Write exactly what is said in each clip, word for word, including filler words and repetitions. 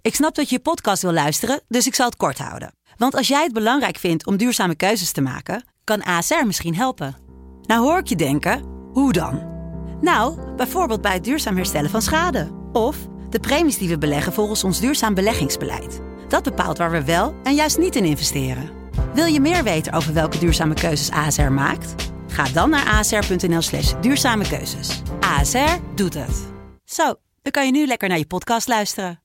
Ik snap dat je je podcast wil luisteren, dus ik zal het kort houden. Want als jij het belangrijk vindt om duurzame keuzes te maken, kan A S R misschien helpen. Nou hoor ik je denken, hoe dan? Nou, bijvoorbeeld bij het duurzaam herstellen van schade. Of de premies die we beleggen volgens ons duurzaam beleggingsbeleid. Dat bepaalt waar we wel en juist niet in investeren. Wil je meer weten over welke duurzame keuzes A S R maakt? Ga dan naar asr.nl slash duurzame keuzes. A S R doet het. Zo, dan kan je nu lekker naar je podcast luisteren.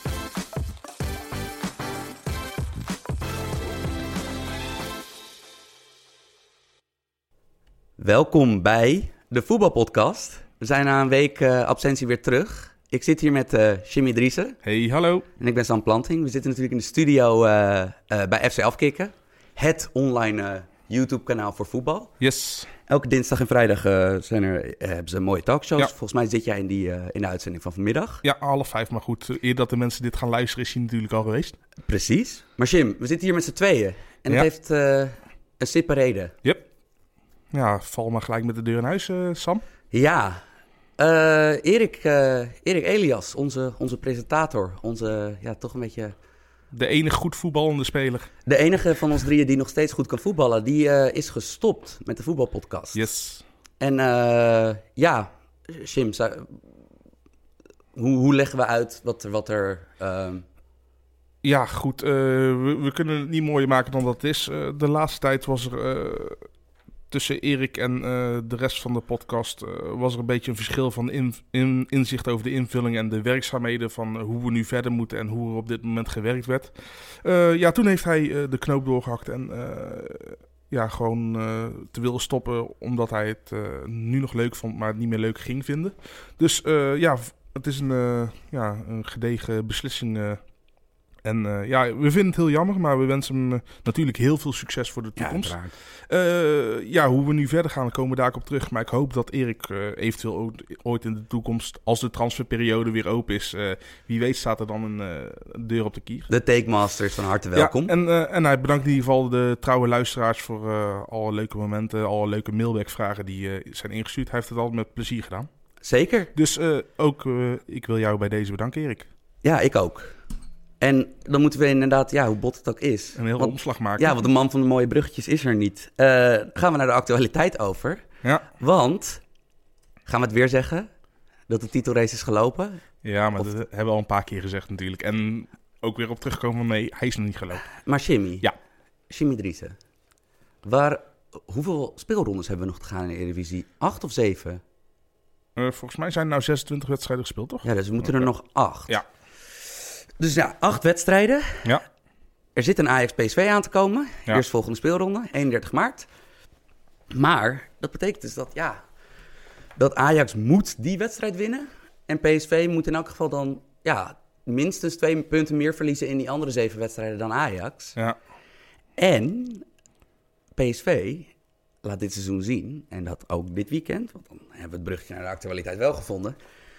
Welkom bij de voetbalpodcast. We zijn na een week uh, absentie weer terug. Ik zit hier met uh, Jimmy Driessen. Hey, hallo. En ik ben Sam Planting. We zitten natuurlijk in de studio uh, uh, bij F C Afkikken. Het online uh, YouTube-kanaal voor voetbal. Yes. Elke dinsdag en vrijdag uh, zijn er, uh, hebben ze mooie talkshows. Ja. Volgens mij zit jij in, die, uh, in de uitzending van vanmiddag. Ja, half vijf. Maar goed, eer dat de mensen dit gaan luisteren is hij natuurlijk al geweest. Precies. Maar Jim, we zitten hier met z'n tweeën. En ja. dat heeft uh, een sippe reden. Yep. Ja, val maar gelijk met de deur in huis, uh, Sam. Ja, uh, Erik, uh, Erik Elias, onze, onze presentator. Onze, ja, toch een beetje... De enige goed voetballende speler. De enige van ons drieën die nog steeds goed kan voetballen. Die uh, is gestopt met de voetbalpodcast. Yes. En uh, ja, Jim, zou, hoe, hoe leggen we uit wat er... Wat er uh... Ja, goed. Uh, we, we kunnen het niet mooier maken dan dat het is. Uh, de laatste tijd was er... Uh, tussen Erik en uh, de rest van de podcast uh, was er een beetje een verschil van in, in, inzicht over de invulling en de werkzaamheden van uh, hoe we nu verder moeten en hoe er op dit moment gewerkt werd. Uh, ja, toen heeft hij uh, de knoop doorgehakt en uh, ja, gewoon uh, te willen stoppen omdat hij het uh, nu nog leuk vond, maar het niet meer leuk ging vinden. Dus uh, ja, het is een, uh, ja, een gedegen beslissing. Uh, En uh, ja, we vinden het heel jammer, maar we wensen hem uh, natuurlijk heel veel succes voor de toekomst. Ja, uh, ja, hoe we nu verder gaan, komen we daar op terug. Maar ik hoop dat Erik uh, eventueel ooit, ooit in de toekomst, als de transferperiode weer open is, uh, wie weet staat er dan een, uh, een deur op de kier. De Takemasters, van harte welkom. Ja, en, uh, en hij bedankt in ieder geval de trouwe luisteraars voor uh, alle leuke momenten, alle leuke mailbackvragen die uh, zijn ingestuurd. Hij heeft het altijd met plezier gedaan. Zeker. Dus uh, ook, uh, ik wil jou bij deze bedanken, Erik. Ja, ik ook. En dan moeten we inderdaad, ja, hoe bot het ook is. Een heel want, omslag maken. Ja, want de man van de mooie bruggetjes is er niet. Uh, gaan we naar de actualiteit over. Ja. Want, gaan we het weer zeggen, dat de titelrace is gelopen? Ja, maar of... dat hebben we al een paar keer gezegd natuurlijk. En ook weer op terugkomen mee, hij is nog niet gelopen. Maar Jimmy, ja. Jimmy Driessen, waar, hoeveel speelrondes hebben we nog te gaan in de Eredivisie? Acht of zeven? Uh, volgens mij zijn er nou zesentwintig wedstrijden gespeeld, toch? Ja, dus we moeten er nog acht. Ja. Dus ja, acht wedstrijden. Ja. Er zit een Ajax-P S V aan te komen. Ja. Eerst volgende speelronde, eenendertig maart. Maar dat betekent dus dat, ja, dat Ajax moet die wedstrijd winnen. En P S V moet in elk geval dan, ja, minstens twee punten meer verliezen in die andere zeven wedstrijden dan Ajax. Ja. En P S V laat dit seizoen zien, en dat ook dit weekend, want dan hebben we het bruggetje naar de actualiteit wel gevonden.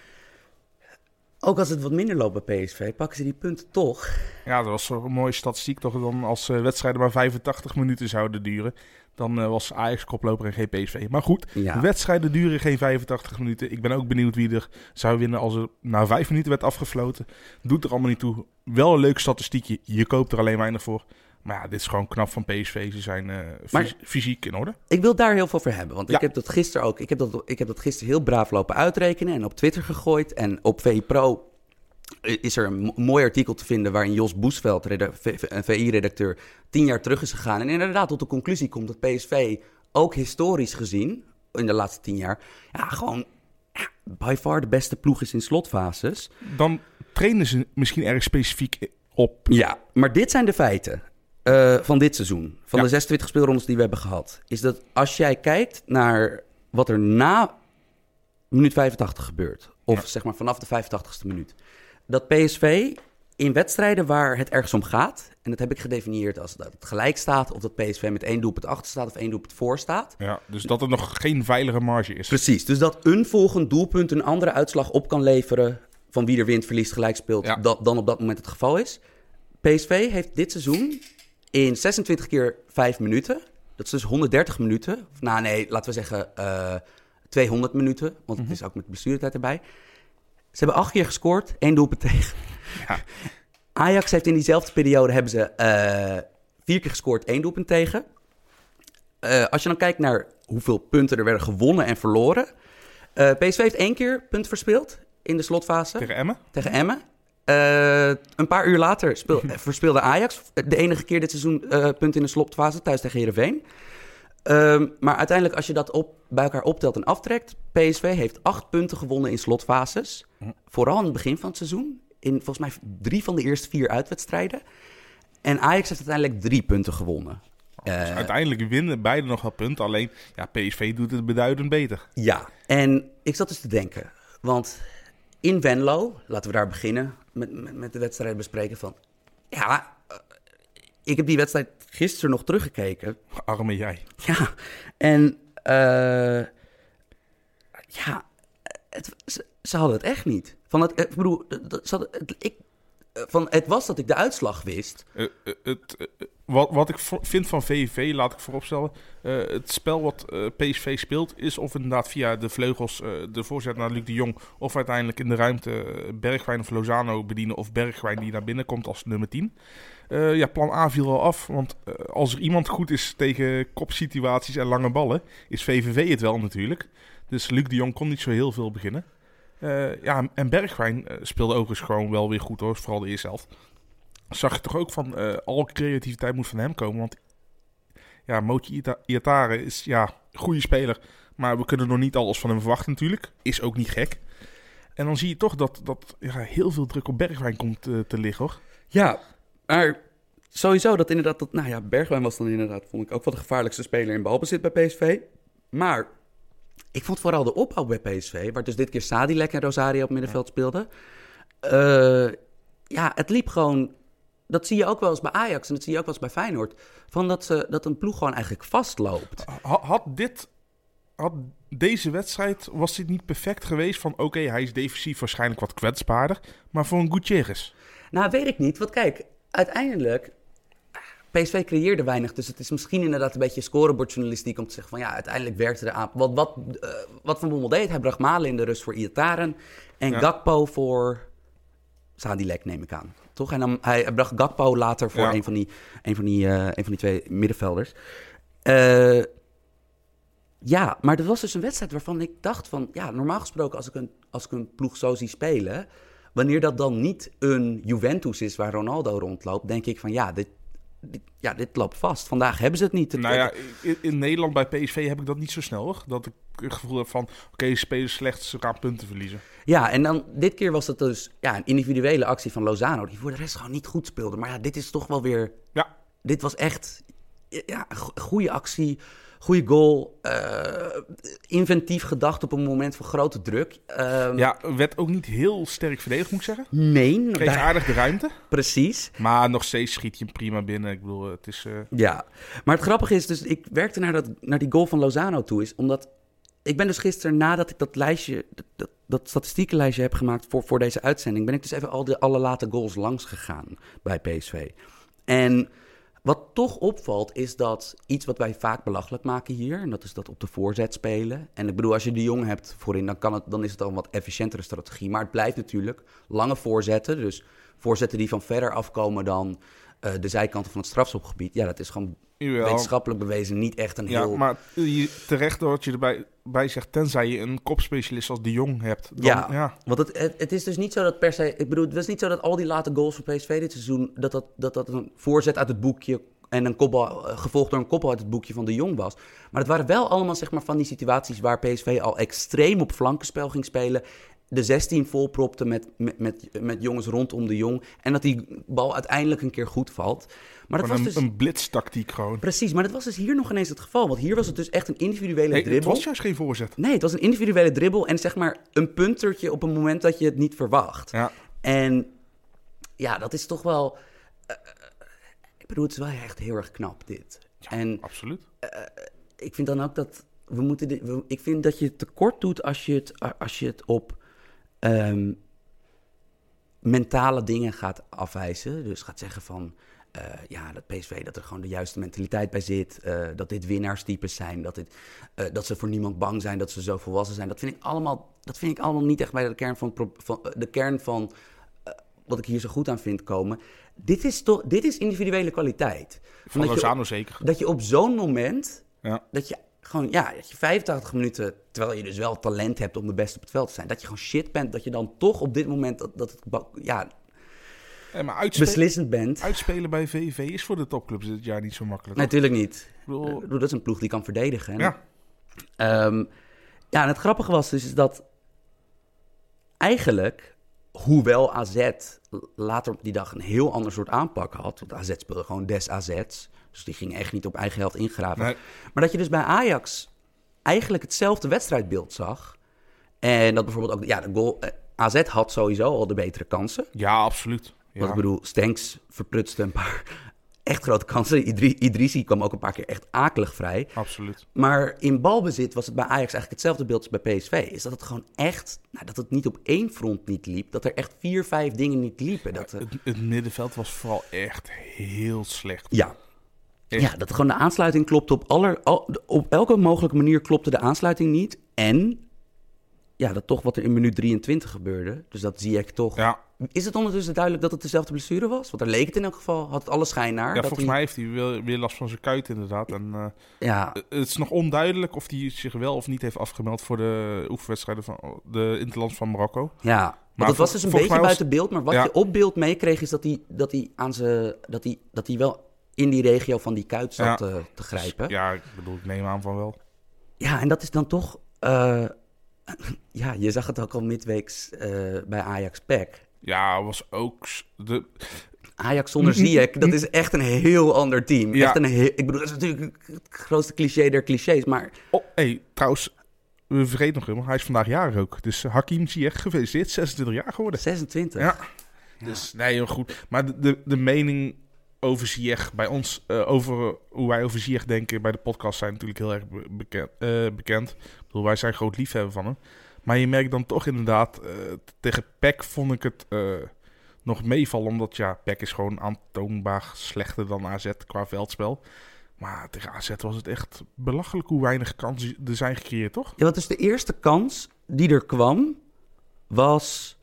Ook als het wat minder loopt bij P S V, pakken ze die punten toch. Ja, dat was een mooie statistiek toch. Dan als uh, wedstrijden maar vijfentachtig minuten zouden duren, dan uh, was Ajax koploper en geen P S V. Maar goed, ja. wedstrijden duren geen vijfentachtig minuten. Ik ben ook benieuwd wie er zou winnen als er na vijf minuten werd afgefloten. Doet er allemaal niet toe. Wel een leuk statistiekje, je koopt er alleen weinig voor. Maar ja, dit is gewoon knap van P S V. Ze zijn uh, maar, fys- fysiek in orde. Ik wil daar heel veel voor hebben. Want ja. ik heb dat gisteren ook. Ik heb dat, ik heb dat gisteren heel braaf lopen uitrekenen en op Twitter gegooid. En op V I Pro is er een mooi artikel te vinden waarin Jos Boesveld, V I-redacteur, tien jaar terug is gegaan. En inderdaad tot de conclusie komt dat P S V ook historisch gezien, in de laatste tien jaar, ja, gewoon ja, by far de beste ploeg is in slotfases. Dan trainen ze misschien erg specifiek op. Ja, maar dit zijn de feiten uh, van dit seizoen. Van ja. de zesentwintig speelrondes die we hebben gehad. Is dat als jij kijkt naar wat er na minuut vijfentachtig gebeurt, of ja. zeg maar vanaf de vijfentachtigste minuut, dat P S V in wedstrijden waar het ergens om gaat, en dat heb ik gedefinieerd als dat het gelijk staat, of dat P S V met één doelpunt achter staat of één doelpunt voor staat. Ja, dus dat er nog geen veilige marge is. Precies, dus dat een volgend doelpunt een andere uitslag op kan leveren van wie er wint, verliest, gelijk speelt, ja. dat, dan op dat moment het geval is. P S V heeft dit seizoen in zesentwintig keer vijf minuten, dat is dus honderddertig minuten, of nou nee, laten we zeggen uh, tweehonderd minuten, want mm-hmm. het is ook met blessuretijd erbij. Ze hebben acht keer gescoord, één doelpunt tegen. Ja. Ajax heeft in diezelfde periode hebben ze uh, vier keer gescoord, één doelpunt tegen. Uh, als je dan kijkt naar hoeveel punten er werden gewonnen en verloren. Uh, P S V heeft één keer punt verspeeld in de slotfase. Tegen Emmen? Tegen Emmen. Uh, een paar uur later speel, verspeelde Ajax de enige keer dit seizoen uh, punten in de slotfase thuis tegen Heerenveen. Uh, maar uiteindelijk als je dat op, bij elkaar optelt en aftrekt... P S V heeft acht punten gewonnen in slotfases. Hm. Vooral aan het begin van het seizoen. In volgens mij drie van de eerste vier uitwedstrijden. En Ajax heeft uiteindelijk drie punten gewonnen. Dus uh, uiteindelijk winnen beide nog wel punten. Alleen ja, P S V doet het beduidend beter. Ja, en ik zat dus te denken. Want in Venlo, laten we daar beginnen met, met, met de wedstrijd bespreken van... Ja, uh, ik heb die wedstrijd gisteren nog teruggekeken. Arme jij. Ja, en uh, ja, het, ze, ze hadden het echt niet. Van het, ik bedoel, ze hadden, het, ik, van het was dat ik de uitslag wist. Uh, uh, het, uh, wat, wat ik vo- vind van V V V, laat ik vooropstellen. Uh, het spel wat uh, P S V speelt is of inderdaad via de vleugels uh, de voorzet naar Luc de Jong... of uiteindelijk in de ruimte Bergwijn of Lozano bedienen... of Bergwijn die naar binnen komt als nummer tien. Uh, ja, plan A viel al af, want uh, als er iemand goed is tegen kopsituaties en lange ballen... is V V V het wel natuurlijk. Dus Luc de Jong kon niet zo heel veel beginnen. Uh, ja, en Bergwijn uh, speelde overigens gewoon wel weer goed hoor, vooral de eerste helft. Zag je toch ook van, uh, al creativiteit moet van hem komen, want ja, Mochi Iatare is ja, een goede speler, maar we kunnen nog niet alles van hem verwachten natuurlijk. Is ook niet gek. En dan zie je toch dat, dat ja, heel veel druk op Bergwijn komt uh, te liggen hoor. Ja, maar sowieso dat inderdaad, dat, nou ja, Bergwijn was dan inderdaad, vond ik ook wel de gevaarlijkste speler in balbezit bij P S V. Maar ik vond vooral de opbouw bij P S V, waar dus dit keer Sadilek en Rosario op middenveld speelden. Uh, ja, het liep gewoon, dat zie je ook wel eens bij Ajax en dat zie je ook wel eens bij Feyenoord, van dat, ze, dat een ploeg gewoon eigenlijk vastloopt. Had, had dit, had deze wedstrijd, was dit niet perfect geweest van oké, okay, hij is defensief waarschijnlijk wat kwetsbaarder, maar voor een Gutierrez? Nou, weet ik niet, want kijk, uiteindelijk... P S V creëerde weinig, dus het is misschien inderdaad een beetje scorebordjournalistiek om te zeggen van ja, uiteindelijk werkte er aan. Wat, wat, uh, wat Van Bommel deed, hij bracht Malen in de rust voor Iataren en ja. Gakpo voor Sadilek, neem ik aan. Toch? En dan, hij, hij bracht Gakpo later voor ja. een, van die, een, van die, uh, een van die twee middenvelders. Uh, ja, maar dat was dus een wedstrijd waarvan ik dacht van ja, normaal gesproken als ik een, als ik een ploeg zo zie spelen, wanneer dat dan niet een Juventus is waar Ronaldo rondloopt, denk ik van ja, dit Ja, dit loopt vast. Vandaag hebben ze het niet. Nou ja, in, in Nederland bij P S V heb ik dat niet zo snel, hoor. Dat ik het gevoel heb van, oké, okay, spelers slecht, ze gaan punten verliezen. Ja, en dan dit keer was het dus ja, een individuele actie van Lozano, die voor de rest gewoon niet goed speelde. Maar ja, dit is toch wel weer... Ja. Dit was echt ja, een goede actie, goede goal, uh, inventief gedacht op een moment van grote druk. Um, ja, werd ook niet heel sterk verdedigd, moet ik zeggen. Nee. Kreeg daar... aardig de ruimte. Precies. Maar nog steeds schiet je hem prima binnen. Ik bedoel, het is... Uh... Ja, maar het grappige is dus, ik werkte naar, dat, naar die goal van Lozano toe, is omdat... Ik ben dus gisteren, nadat ik dat lijstje, dat, dat statistiekenlijstje heb gemaakt voor, voor deze uitzending, ben ik dus even al de alle late goals langs gegaan bij P S V. En wat toch opvalt is dat iets wat wij vaak belachelijk maken hier, en dat is dat op de voorzet spelen. En ik bedoel, als je de Jong hebt voorin, dan, kan het, dan is het al een wat efficiëntere strategie. Maar het blijft natuurlijk lange voorzetten, dus voorzetten die van verder afkomen dan uh, de zijkanten van het strafschopgebied. Ja, dat is gewoon Jawel. wetenschappelijk bewezen niet echt een ja, heel... Ja, maar je, terecht dat je erbij bij zegt, tenzij je een kopspecialist als de Jong hebt. Dan, ja, ja, want het, het, het is dus niet zo dat per se... Ik bedoel, het was niet zo dat al die late goals van P S V dit seizoen, dat dat, dat, dat een voorzet uit het boekje en een kopbal, uh, gevolgd door een kopbal uit het boekje van de Jong was. Maar het waren wel allemaal zeg maar van die situaties waar P S V al extreem op flankenspel ging spelen, de zestien volpropte met, met, met, met jongens rondom de Jong en dat die bal uiteindelijk een keer goed valt. Maar dat was een, dus een blitstactiek gewoon. Precies, maar dat was dus hier nog ineens het geval. Want hier was het dus echt een individuele nee, dribbel. Het was juist geen voorzet. Nee, het was een individuele dribbel en zeg maar een puntertje op een moment dat je het niet verwacht. Ja. En ja, dat is toch wel... Uh, ik bedoel, het is wel echt heel erg knap, dit. Ja, en, absoluut. Uh, ik vind dan ook dat we moeten... Dit, we, ik vind dat je het tekort doet als je het, als je het op um, mentale dingen gaat afwijzen. Dus gaat zeggen van... Uh, ja, dat P S V, dat er gewoon de juiste mentaliteit bij zit. Uh, dat dit winnaarstypes zijn. Dat, dit, uh, dat ze voor niemand bang zijn. Dat ze zo volwassen zijn. Dat vind ik allemaal, dat vind ik allemaal niet echt bij de kern van, van, de kern van uh, wat ik hier zo goed aan vind komen. Dit is toch, dit is individuele kwaliteit. Van Omdat Lozano je, zeker. Dat je op zo'n moment, Ja. dat je gewoon, ja, dat je vijfentachtig minuten, terwijl je dus wel talent hebt om de beste op het veld te zijn, dat je gewoon shit bent, dat je dan toch op dit moment, dat, dat het, ja, Hey, maar uitspelen, beslissend bent. uitspelen bij V V is voor de topclubs dit jaar niet zo makkelijk. Nee, natuurlijk niet. Ik bedoel, Uh, dat is een ploeg die kan verdedigen. Hè? ja. Um, ja, en het grappige was dus is dat eigenlijk, hoewel A Z later op die dag een heel ander soort aanpak had, want A Z speelde gewoon des A Z's, dus die ging echt niet op eigen helft ingraven. Nee. Maar dat je dus bij Ajax eigenlijk hetzelfde wedstrijdbeeld zag. En dat bijvoorbeeld ook, ja, de goal, uh, A Z had sowieso al de betere kansen. Ja, absoluut. Ja. Want ik bedoel, Stenks verprutste een paar echt grote kansen. Idri- Idrissi kwam ook een paar keer echt akelig vrij. Absoluut. Maar in balbezit was het bij Ajax eigenlijk hetzelfde beeld als bij P S V. Is dat het gewoon echt, nou, dat het niet op één front niet liep. Dat er echt vier, vijf dingen niet liepen. Dat, uh... het, het middenveld was vooral echt heel slecht. Ja. Echt. Ja, dat gewoon de aansluiting klopte op, aller, al, op elke mogelijke manier klopte de aansluiting niet. En ja, dat toch wat er in minuut drieëntwintig gebeurde. Dus dat zie ik toch. Ja. Is het ondertussen duidelijk dat het dezelfde blessure was? Want daar leek het in elk geval, had het alle schijn naar. Ja, dat volgens hij... mij heeft hij weer, weer last van zijn kuit inderdaad. En, uh, Ja. het is nog onduidelijk of hij zich wel of niet heeft afgemeld voor de oefenwedstrijden van de Interlands van Marokko. Ja, maar Maar dat vol- was dus een volgens beetje mij was- buiten beeld. Maar wat Ja. je op beeld meekreeg is dat hij, dat hij aan zijn, dat hij, dat hij wel in die regio van die kuit zat Ja. te, te grijpen. Ja. Ja, ik bedoel, ik neem aan van wel. En dat is dan toch, uh, ja, je zag het ook al midweeks uh, bij Ajax P E C. Ja, was ook s- de... Ajax zonder Ziyech, dat is echt een heel ander team. Ja. Echt een heel, ik bedoel, dat is natuurlijk het grootste cliché der clichés, maar Oh, hey, trouwens, we vergeten nog helemaal, hij is vandaag jarig ook. Dus uh, Hakim Ziyech, gefeliciteerd, zesentwintig jaar geworden. zesentwintig. Ja. Dus nee, heel goed. Maar de, de, de mening over Ziyech bij ons, uh, over hoe wij over Ziyech denken bij de podcast, zijn natuurlijk heel erg be- bekend. Uh, bekend. Ik bedoel, wij zijn groot liefhebber van hem. Maar je merkt dan toch inderdaad, uh, tegen P E C vond ik het uh, nog meevallen. Omdat ja, P E C is gewoon aantoonbaar slechter dan A Z qua veldspel. Maar tegen A Z was het echt belachelijk hoe weinig kansen er zijn gecreëerd, toch? Ja, want dus de eerste kans die er kwam, was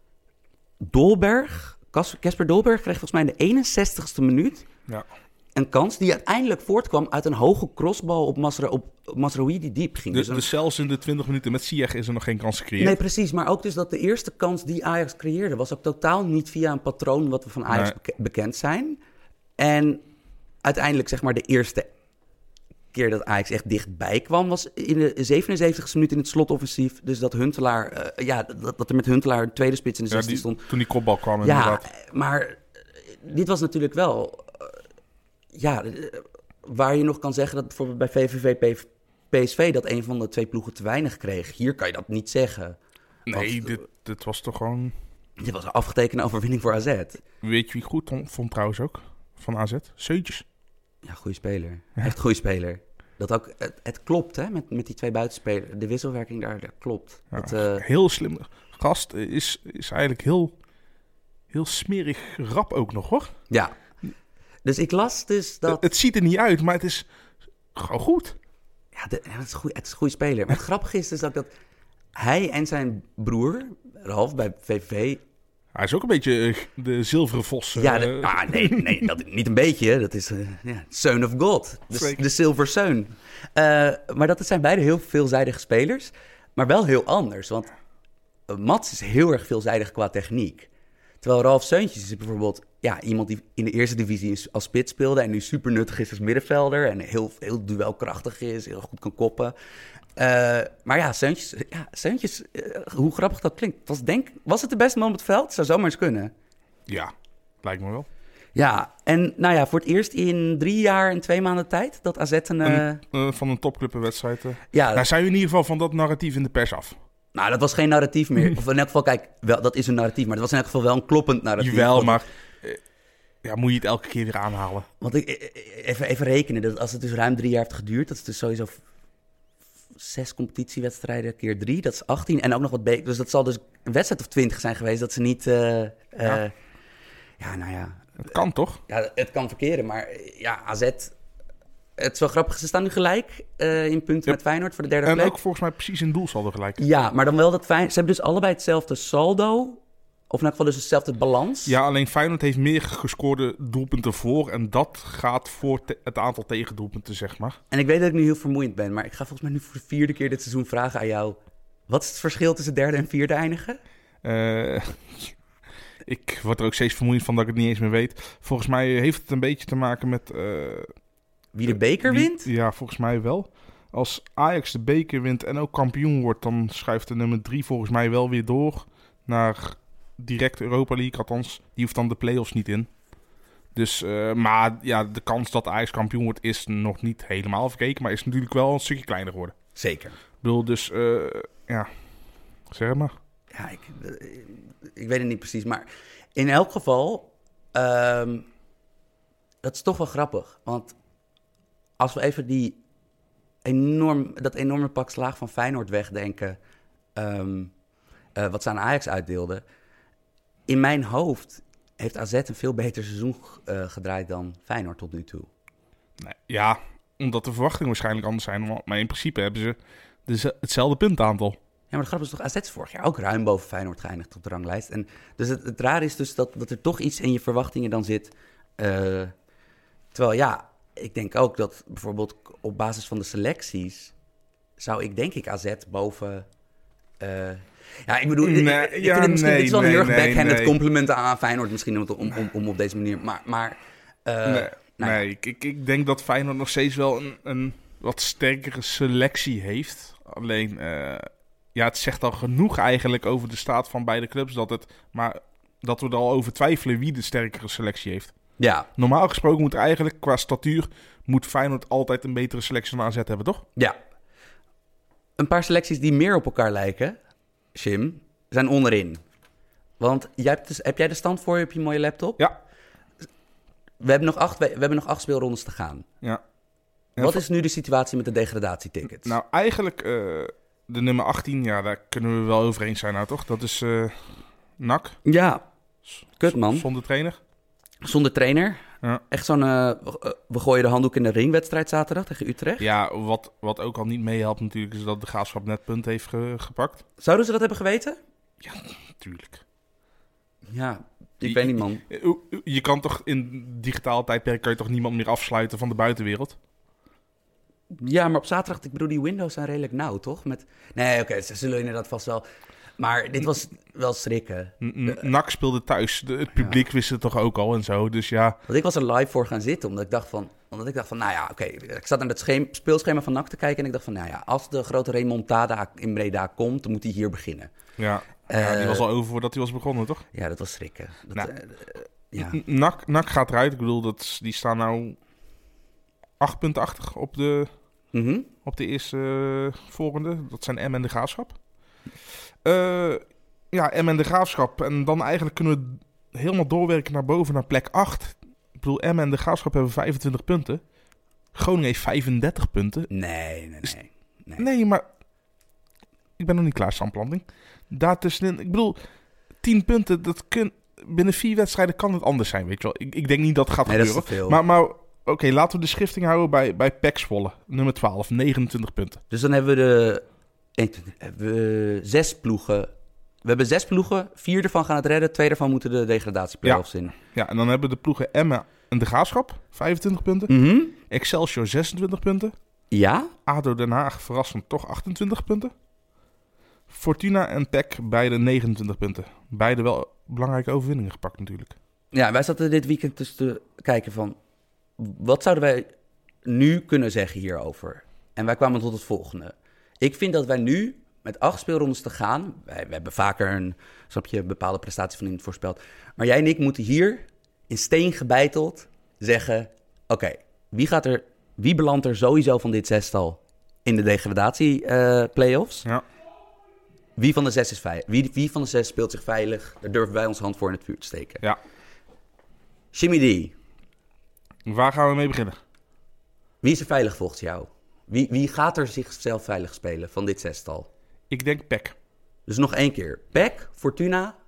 Dolberg. Kasper Dolberg kreeg volgens mij in de eenenzestigste minuut Ja. een kans die uiteindelijk voortkwam uit een hoge crossbal op, Masra- op Mazraoui die diep ging. De, Dus een- dus zelfs in de twintig minuten met Ziyech is er nog geen kans gecreëerd. Nee, precies. Maar ook dus dat de eerste kans die Ajax creëerde, was ook totaal niet via een patroon wat we van Ajax Nee. beke- bekend zijn. En uiteindelijk, zeg maar, de eerste keer dat Ajax echt dichtbij kwam, was in de zevenenzeventigste minuut in het slotoffensief. Dus dat Huntelaar, uh, ja, dat, dat er met Huntelaar een tweede spits in de Ja, zestien die, stond. toen die kopbal kwam Ja, inderdaad. maar uh, dit was natuurlijk wel, uh, ja, uh, waar je nog kan zeggen dat bijvoorbeeld bij V V V P- P S V dat een van de twee ploegen te weinig kreeg. Hier kan je dat niet zeggen. Nee, Want, dit, dit was toch gewoon... Dit was een afgetekende overwinning voor A Z. Weet je wie ik goed vond, vond trouwens ook? Van A Z? Seuntjes. Ja, goede speler. Ja. Echt goede speler. Dat ook, het, het klopt, hè, met, met die twee buitenspelers. De wisselwerking daar, dat klopt. Ja, Dat, uh, heel slim. Gast is, is eigenlijk heel, heel smerig rap ook nog, hoor. ja. Dus ik las dus dat... Het, het ziet er niet uit, maar het is gewoon goed. Ja, de, ja, het, is goed, het is een goede speler. Maar het grappige is dus dat, dat hij en zijn broer, Ralf, bij V V V... Hij is ook een beetje eh, de zilveren vos. eh, Ja, de, ah, nee, nee dat, niet een beetje. Dat is uh, ja, Son of God. De, Zeker. de Silver Son. Uh, maar dat zijn beide heel veelzijdige spelers. Maar wel heel anders. Want uh, Mats is heel erg veelzijdig qua techniek. Terwijl Ralf Seuntjes is bijvoorbeeld ja, iemand die in de eerste divisie als spits speelde en nu super nuttig is als middenvelder en heel, heel duelkrachtig is, heel goed kan koppen. Uh, maar ja, Seuntjes, ja, Seuntjes uh, hoe grappig dat klinkt. Was, denk, was het de beste man op het veld? Zou zomaar eens kunnen. Ja, lijkt me wel. Ja, en nou ja, voor het eerst in drie jaar en twee maanden tijd dat A Z een... Uh... een uh, van een topclub een wedstrijd. Uh. Ja, nou, zijn we in ieder geval van dat narratief in de pers af. Nou, dat was geen narratief meer. Of in elk geval, kijk, wel, dat is een narratief, maar dat was in elk geval wel een kloppend narratief. Jawel, Want, maar uh, ja, moet je het elke keer weer aanhalen? Want ik, even, even rekenen, dat als het dus ruim drie jaar heeft geduurd, dat is dus sowieso zes competitiewedstrijden keer drie, dat is achttien. En ook nog wat beter, dus dat zal dus een wedstrijd of twintig zijn geweest, dat ze niet... Uh, uh, ja. ja, nou ja... Het kan toch? Ja, het kan verkeren, maar ja, A Z... Het is wel grappig, ze staan nu gelijk uh, in punten ja. met Feyenoord voor de derde en plek. En ook volgens mij precies in doelsaldo gelijk. Ja, maar dan wel dat Feyenoord... Ze hebben dus allebei hetzelfde saldo Of in elk geval dus hetzelfde balans. Ja, alleen Feyenoord heeft meer gescoorde doelpunten voor. En dat gaat voor te- het aantal tegendoelpunten, zeg maar. En ik weet dat ik nu heel vermoeiend ben, maar ik ga volgens mij nu voor de vierde keer dit seizoen vragen aan jou. Wat is het verschil tussen derde en vierde eindigen? Uh, ik word er ook steeds vermoeiend van dat ik het niet eens meer weet. Volgens mij heeft het een beetje te maken met... Uh, wie de beker wie, wint? Ja, volgens mij wel. Als Ajax de beker wint en ook kampioen wordt, dan schuift de nummer drie volgens mij wel weer door naar direct Europa League. Althans, die hoeft dan de play-offs niet in. Dus, uh, maar ja, de kans dat Ajax kampioen wordt is nog niet helemaal verkeken, maar is natuurlijk wel een stukje kleiner geworden. Zeker. Ik bedoel, dus, uh, ja, zeg het maar. Ja, ik, ik weet het niet precies, maar in elk geval, um, dat is toch wel grappig. Want als we even die enorm, dat enorme pak slaag van Feyenoord wegdenken, um, uh, wat ze aan Ajax uitdeelden. In mijn hoofd heeft A Z een veel beter seizoen uh, gedraaid dan Feyenoord tot nu toe. Nee, ja, omdat de verwachtingen waarschijnlijk anders zijn. Maar in principe hebben ze dus hetzelfde puntaantal. Ja, maar de grap is toch, A Z is vorig jaar ook ruim boven Feyenoord geëindigd op de ranglijst. En dus het, het raar is dus dat, dat er toch iets in je verwachtingen dan zit. Uh, terwijl ja, ik denk ook dat bijvoorbeeld op basis van de selecties zou ik denk ik A Z boven... Uh, ja, ik bedoel, nee, ik, ik ja, vind het misschien, nee, dit is wel een nee, heel erg nee, backhanded nee. compliment aan Feyenoord misschien om, om, om, om op deze manier, maar... maar uh, nee, nou, nee ik, ik, ik denk dat Feyenoord nog steeds wel een, een wat sterkere selectie heeft. Alleen, uh, ja, het zegt al genoeg eigenlijk over de staat van beide clubs, dat het, maar dat we er al over twijfelen wie de sterkere selectie heeft. Ja. Normaal gesproken moet eigenlijk, qua statuur, moet Feyenoord altijd een betere selectie dan A Z hebben, toch? Ja. Een paar selecties die meer op elkaar lijken, Jim, zijn onderin. Want jij hebt, dus, heb jij de stand voor je op je mooie laptop? Ja. We hebben nog acht, we, we hebben nog acht speelrondes te gaan. Ja. Wat is nu de situatie met de degradatietickets? Nou, eigenlijk uh, de nummer achttien, ja, daar kunnen we wel over eens zijn nou, toch? Dat is uh, N A C. Ja, kut man. Zonder trainer. Zonder trainer. Ja. Echt zo'n, uh, we gooien de handdoek in de ringwedstrijd zaterdag tegen Utrecht. Ja, wat, wat ook al niet meehelpt natuurlijk, is dat de Graafschap net punt heeft ge, gepakt. Zouden ze dat hebben geweten? Ja, natuurlijk. Ja, ik je, weet niet, man. Je, je kan toch in digitaal tijdperk kan je toch niemand meer afsluiten van de buitenwereld? Ja, maar op zaterdag, ik bedoel, die windows zijn redelijk nauw, toch? Met... Nee, oké, okay, ze zullen inderdaad vast wel... Maar dit was wel schrikken. De... N A C speelde thuis. De, het publiek ja. wist het toch ook al en zo, dus ja. Want ik was er live voor gaan zitten, omdat ik dacht van... Omdat ik dacht van, nou ja, oké. Okay, ik zat naar het schema, speelschema van N A C te kijken en ik dacht van, nou ja, als de grote remontada in Breda komt, dan moet hij hier beginnen. Ja, uh, ja die was al over voordat hij was begonnen, toch? Ja, dat was schrikken. Dat, nou, uh, ja. N A C, N A C gaat eruit. Ik bedoel, dat, die staan nou acht punten achter op de, mm-hmm. op de eerste uh, volgende. Dat zijn M en de Graafschap. Uh, ja, M en de Graafschap. En dan eigenlijk kunnen we helemaal doorwerken naar boven, naar plek acht. Ik bedoel, M en de Graafschap hebben vijfentwintig punten. Groningen heeft vijfendertig punten. Nee, nee, nee. Nee, nee maar ik ben nog niet klaar, Samplanting. Daartussenin, ik bedoel, tien punten, dat kun, binnen vier wedstrijden kan het anders zijn, weet je wel. Ik, ik denk niet dat het gaat nee, gebeuren. Dat is te veel. Maar, maar oké, okay, laten we de schifting houden bij, bij P E C Zwolle, nummer twaalf, negenentwintig punten. Dus dan hebben we de hebben we zes ploegen. We hebben zes ploegen, vier ervan gaan het redden, twee ervan moeten de degradatieplayoffs ja. in. Ja, en dan hebben we de ploegen Emmen en de Graafschap, vijfentwintig punten. Mm-hmm. Excelsior, zesentwintig punten. Ja. A D O Den Haag, verrassend, toch achtentwintig punten. Fortuna en P E C, beide negenentwintig punten. Beide wel belangrijke overwinningen gepakt natuurlijk. Ja, wij zaten dit weekend dus te kijken van... wat zouden wij nu kunnen zeggen hierover? En wij kwamen tot het volgende. Ik vind dat wij nu, met acht speelrondes te gaan... Wij, we hebben vaker een, snap je, bepaalde prestatie van iemand voorspeld. Maar jij en ik moeten hier, in steen gebeiteld, zeggen... Oké, okay, wie gaat er, wie belandt er sowieso van dit zestal in de degradatie-playoffs? Uh, ja. Wie van de zes is veilig? Wie, wie van de zes speelt zich veilig? Daar durven wij ons hand voor in het vuur te steken. Ja. Jimmy D. Waar gaan we mee beginnen? Wie is er veilig volgens jou? Wie, wie gaat er zichzelf veilig spelen van dit zestal? Ik denk P E C. Dus nog één keer. P E C, Fortuna,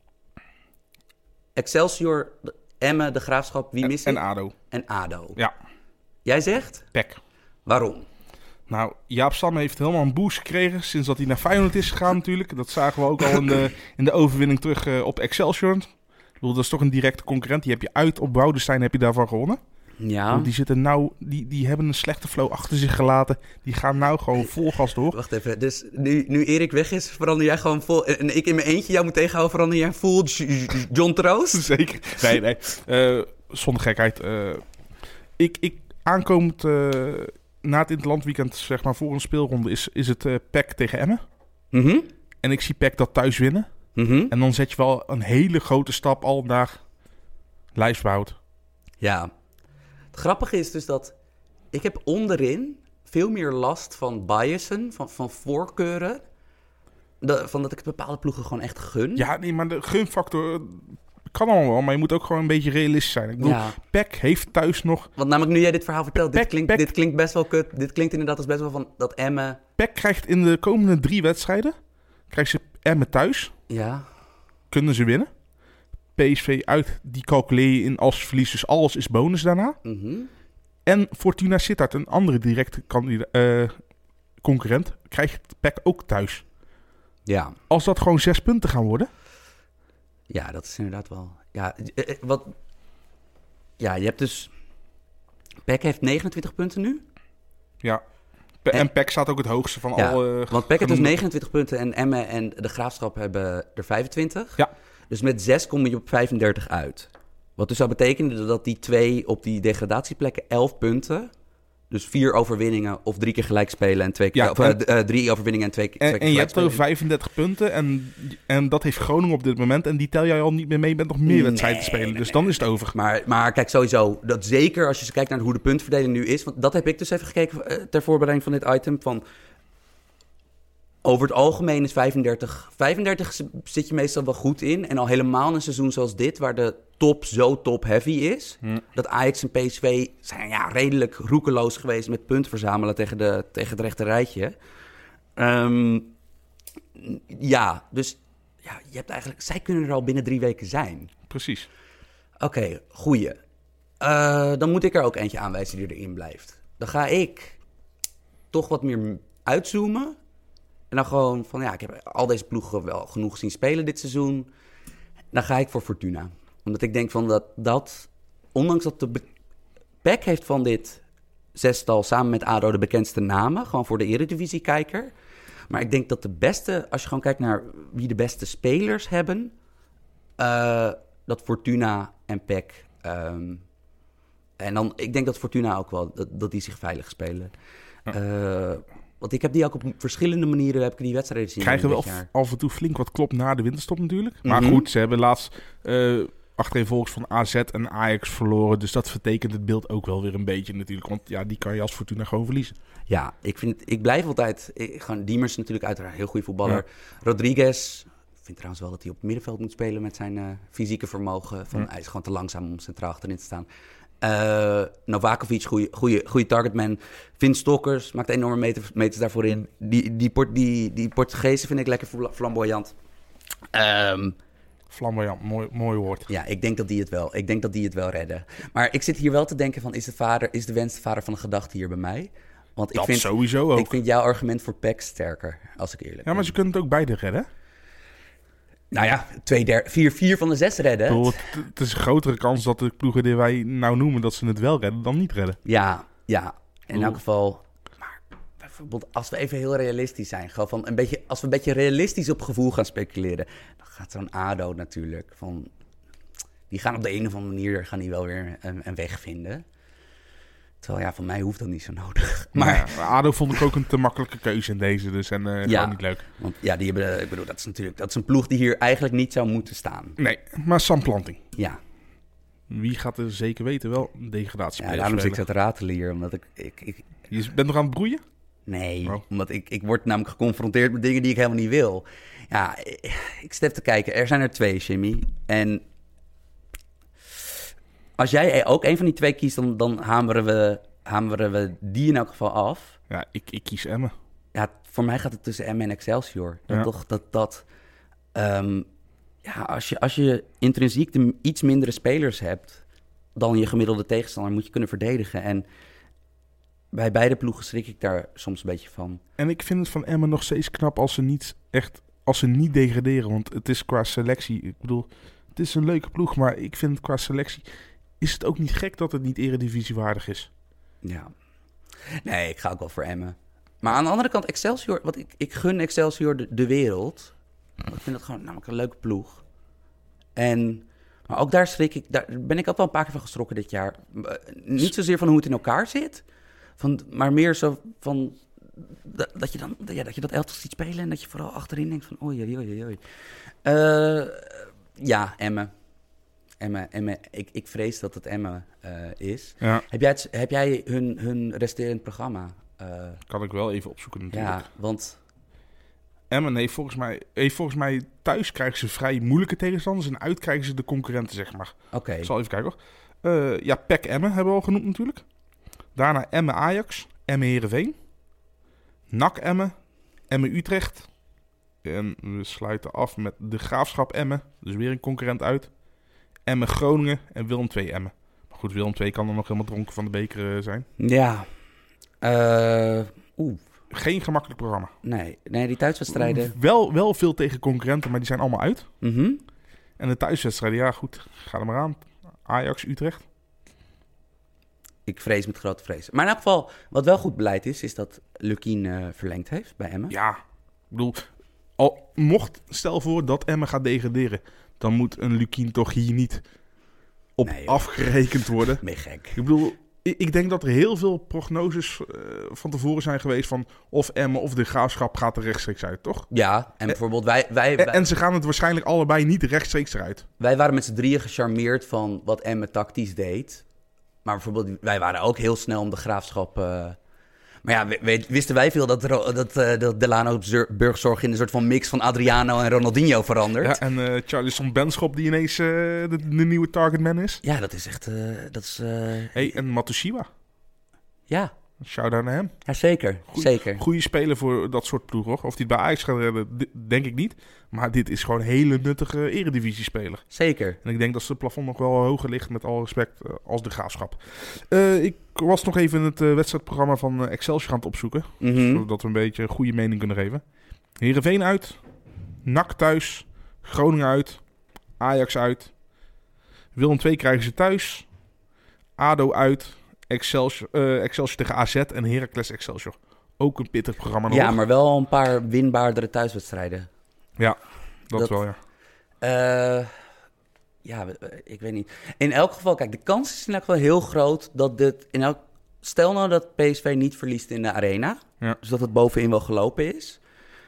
Excelsior, Emmen, de Graafschap. Wie mis en, ik? En A D O. En A D O. Ja. Jij zegt? P E C. Waarom? Nou, Jaap Stam heeft helemaal een boost gekregen sinds dat hij naar Feyenoord is gegaan natuurlijk. Dat zagen we ook al in de, in de overwinning terug uh, op Excelsior. Ik bedoel, dat is toch een directe concurrent. Die heb je uit op Woudenstein, heb je daarvan gewonnen. Ja. Want die zitten nou, die, die hebben een slechte flow achter zich gelaten. Die gaan nou gewoon vol gas door. Wacht even, dus nu, nu Erik weg is, verander jij gewoon vol... En ik in mijn eentje jou moet tegenhouden, verander jij full John Troost? Zeker. Nee, nee. Uh, zonder gekheid. Uh, ik, ik aankomend... Uh, na het interlandweekend, zeg maar, voor een speelronde... is, is het uh, P E C tegen Emmen. Mm-hmm. En ik zie P E C dat thuis winnen. Mm-hmm. En dan zet je wel een hele grote stap al naar lijfsbehoud. Ja. Het grappige is dus dat... Ik heb onderin veel meer last van biasen, van, van voorkeuren... De, van dat ik bepaalde ploegen gewoon echt gun. Ja, nee, maar de gunfactor kan allemaal wel, maar je moet ook gewoon een beetje realistisch zijn. Ik bedoel, Ja. P E C heeft thuis nog... Want namelijk nu jij dit verhaal vertelt, dit Pek, klinkt, Pek. dit klinkt best wel kut. Dit klinkt inderdaad als best wel van dat Emmen... P E C krijgt in de komende drie wedstrijden... krijgt ze Emmen thuis. Ja, Kunnen ze winnen. P S V uit, die calculeer je in als verlies. Dus alles is bonus daarna. mm-hmm. En Fortuna Sittard, een andere directe kandida- uh, concurrent... krijgt P E C ook thuis. Ja. Als dat gewoon zes punten gaan worden... Ja, dat is inderdaad wel... Ja, eh, eh, wat... Ja, je hebt dus... P E C heeft negenentwintig punten nu. Ja. P- en P E C staat ook het hoogste van Ja, al... Uh, want P E C heeft dus genoemde- negenentwintig punten en Emmen en de Graafschap hebben er vijfentwintig. Ja. Dus met zes kom je op vijfendertig uit. Wat dus zou betekenen dat die twee op die degradatieplekken elf punten... Dus vier overwinningen of drie keer gelijk spelen en twee keer... Ja, of, dan- uh, uh, drie overwinningen en twee, twee En, keer en je gelijk hebt er spelen. vijfendertig punten en, en dat heeft Groningen op dit moment. En die tel jij al niet meer mee met nog meer wedstrijden te Nee, spelen. nee, Dus dan is het over. Maar, maar kijk, sowieso, dat zeker als je kijkt naar hoe de puntverdeling nu is... Want dat heb ik dus even gekeken uh, ter voorbereiding van dit item. Van, over het algemeen is vijfendertig... vijfendertig zit je meestal wel goed in. En al helemaal in een seizoen zoals dit, waar de top zo top-heavy is... Hm. Dat Ajax en P S V zijn ja, redelijk roekeloos geweest met punten verzamelen tegen, de, tegen het rechte rijtje. Um, ja, dus ja, je hebt eigenlijk, zij kunnen er al binnen drie weken zijn. Precies. Oké, okay, goeie. Uh, dan moet ik er ook eentje aanwijzen die erin blijft. Dan ga ik toch wat meer uitzoomen. En dan gewoon van, ja, ik heb al deze ploegen wel genoeg zien spelen dit seizoen. Dan ga ik voor Fortuna. Omdat ik denk van dat, dat ondanks dat de be- P E C heeft van dit zestal samen met A D O de bekendste namen. Gewoon voor de Eredivisie-kijker. Maar ik denk dat de beste, als je gewoon kijkt naar wie de beste spelers hebben... Uh, dat Fortuna en P E C... Um, en dan, ik denk dat Fortuna ook wel, dat, dat die zich veilig spelen. Ja. Uh, want ik heb die ook op verschillende manieren, heb ik die wedstrijden zien. Krijgen we jaar. af en toe flink wat klop na de winterstop natuurlijk. Maar Mm-hmm. goed, ze hebben laatst uh, achtereenvolgens van A Z en Ajax verloren. Dus dat vertekent het beeld ook wel weer een beetje natuurlijk. Want ja, die kan je als Fortuna gewoon verliezen. Ja, ik, vind, ik blijf altijd... Ik, gewoon, Diemers is natuurlijk uiteraard een heel goede voetballer. Ja. Rodriguez... Ik vind trouwens wel dat hij op het middenveld moet spelen met zijn uh, fysieke vermogen. Van, ja. Hij is gewoon te langzaam om centraal achterin te staan. Uh, Novakovic, goede targetman. Vin Stokkers maakt enorme meter, meters daarvoor in. Die, die, port, die, die Portugezen vind ik lekker flamboyant. Um, Flamboyant, mooi, mooi woord. Ja, ik denk dat die het wel. Ik denk dat die het wel redden. Maar ik zit hier wel te denken van, is de, vader, is de wens de vader van de gedachte hier bij mij? Want ik dat vind, sowieso ook. Ik vind jouw argument voor P E C sterker, als ik eerlijk ben. Ja, maar ze kunnen het ook beide redden. Nou ja, twee der, vier, vier van de zes redden. Bedoel, het, het is een grotere kans dat de ploegen die wij nou noemen... dat ze het wel redden dan niet redden. Ja, ja. In elk geval... Maar bijvoorbeeld als we even heel realistisch zijn... Gewoon van een beetje, als we een beetje realistisch op gevoel gaan speculeren... dan gaat zo'n A D O natuurlijk van... Die gaan op de een of andere manier gaan die wel weer een, een weg vinden... Terwijl ja, van mij hoeft dat niet zo nodig. Maar ja, A D O vond ik ook een te makkelijke keuze in deze, dus en uh, ja, gewoon niet leuk. Want ja, die hebben, ik bedoel, dat is natuurlijk, dat is een ploeg die hier eigenlijk niet zou moeten staan. Nee, maar Sam Planting. Ja. Wie gaat er zeker weten wel een degradatie? Ja, daarom zit ik zo te ratelen hier, omdat ik, ik, ik... Je bent nog aan het broeien? Nee, oh. omdat ik, ik word namelijk geconfronteerd met dingen die ik helemaal niet wil. Ja, ik, ik zit even te kijken. Er zijn er twee, Jimmy. En als jij ook een van die twee kiest, dan, dan hameren, we, hameren we die in elk geval af. Ja, ik, ik kies Emmen. Ja, voor mij gaat het tussen Emmen en Excelsior. Dat ja. toch dat... dat um, ja, als je, als je intrinsiek de iets mindere spelers hebt dan je gemiddelde tegenstander, moet je kunnen verdedigen. En bij beide ploegen schrik ik daar soms een beetje van. En ik vind het van Emmen nog steeds knap als ze niet echt, als ze niet degraderen. Want het is qua selectie, ik bedoel, het is een leuke ploeg, maar ik vind qua selectie is het ook niet gek dat het niet eredivisiewaardig is. Ja. Nee, ik ga ook wel voor Emmen. Maar aan de andere kant, Excelsior, want ik, ik gun Excelsior de, de wereld. Ik vind dat gewoon namelijk een leuke ploeg. En, maar ook daar schrik ik, daar ben ik ook wel een paar keer van geschrokken dit jaar. Niet zozeer van hoe het in elkaar zit, van, maar meer zo van dat, dat je dan, ja, dat je dat elftal ziet spelen en dat je vooral achterin denkt van oei, oei, oei, oei. Uh, ja, Emmen. Emmen, Emmen. Ik, ik vrees dat het Emmen uh, is. Ja. Heb jij, het, heb jij hun, hun resterend programma? Uh, kan ik wel even opzoeken natuurlijk. Ja, want Emmen heeft volgens mij, heeft volgens mij thuis krijgen ze vrij moeilijke tegenstanders en uit krijgen ze de concurrenten, zeg maar. Oké. Okay. Ik zal even kijken hoor. Uh, ja, P E C Emmen hebben we al genoemd natuurlijk. Daarna Emmen Ajax, Emmen Heerenveen, N A C Emmen, Emmen Utrecht. En we sluiten af met de Graafschap Emmen, dus weer een concurrent uit. Emmen Groningen en Willem twee Emmen. Maar goed, Willem twee kan er nog helemaal dronken van de beker zijn. Ja. Uh, Oeh. Geen gemakkelijk programma. Nee, nee die thuiswedstrijden. Wel, wel veel tegen concurrenten, maar die zijn allemaal uit. Mm-hmm. En de thuiswedstrijden, ja goed, ga er maar aan. Ajax, Utrecht. Ik vrees met grote vrees. Maar in elk geval, wat wel goed beleid is, is dat Lukien uh, verlengd heeft bij Emmen. Ja, ik bedoel, al mocht, stel voor dat Emmen gaat degraderen, dan moet een Lukien toch hier niet op nee, afgerekend worden. Nee, gek. Ik bedoel, ik, ik denk dat er heel veel prognoses uh, van tevoren zijn geweest van of Emmen of de Graafschap gaat er rechtstreeks uit, toch? Ja, en bijvoorbeeld wij... wij, wij en, en ze gaan het waarschijnlijk allebei niet rechtstreeks eruit. Wij waren met z'n drieën gecharmeerd van wat Emmen tactisch deed. Maar bijvoorbeeld, wij waren ook heel snel om de Graafschap... Uh... Maar ja, we, we, wisten wij veel dat, dat, uh, dat Delano Burgzorg in een soort van mix van Adriano en Ronaldinho verandert. Ja, en uh, Charlison Benschop die ineens uh, de, de nieuwe targetman is. Ja, dat is echt... Uh, dat is, uh... hey, en Matushiwa. Ja. Shout-out naar hem. Ja, zeker. Goeie, zeker. Goeie speler voor dat soort ploeg, hoor. Of hij het bij Ajax gaat redden, denk ik niet. Maar dit is gewoon een hele nuttige eredivisie-speler. Zeker. En ik denk dat zijn plafond nog wel hoger ligt, met alle respect, uh, als de Graafschap. Uh, ik was nog even het uh, wedstrijdprogramma van uh, Excelsior aan het opzoeken. Mm-hmm. Zodat we een beetje een goede mening kunnen geven. Heerenveen uit. N A C thuis. Groningen uit. Ajax uit. Willem twee krijgen ze thuis. A D O uit. Excelsior, uh, Excelsior tegen A Z en Heracles Excelsior. Ook een pittig programma nog. Ja, maar wel een paar winbaardere thuiswedstrijden. Ja, dat, dat wel, ja. Uh, ja, ik weet niet. In elk geval, kijk, de kans is in elk geval heel groot dat dit... In elk, stel nou dat P S V niet verliest in de arena. Ja. Dus dat het bovenin wel gelopen is.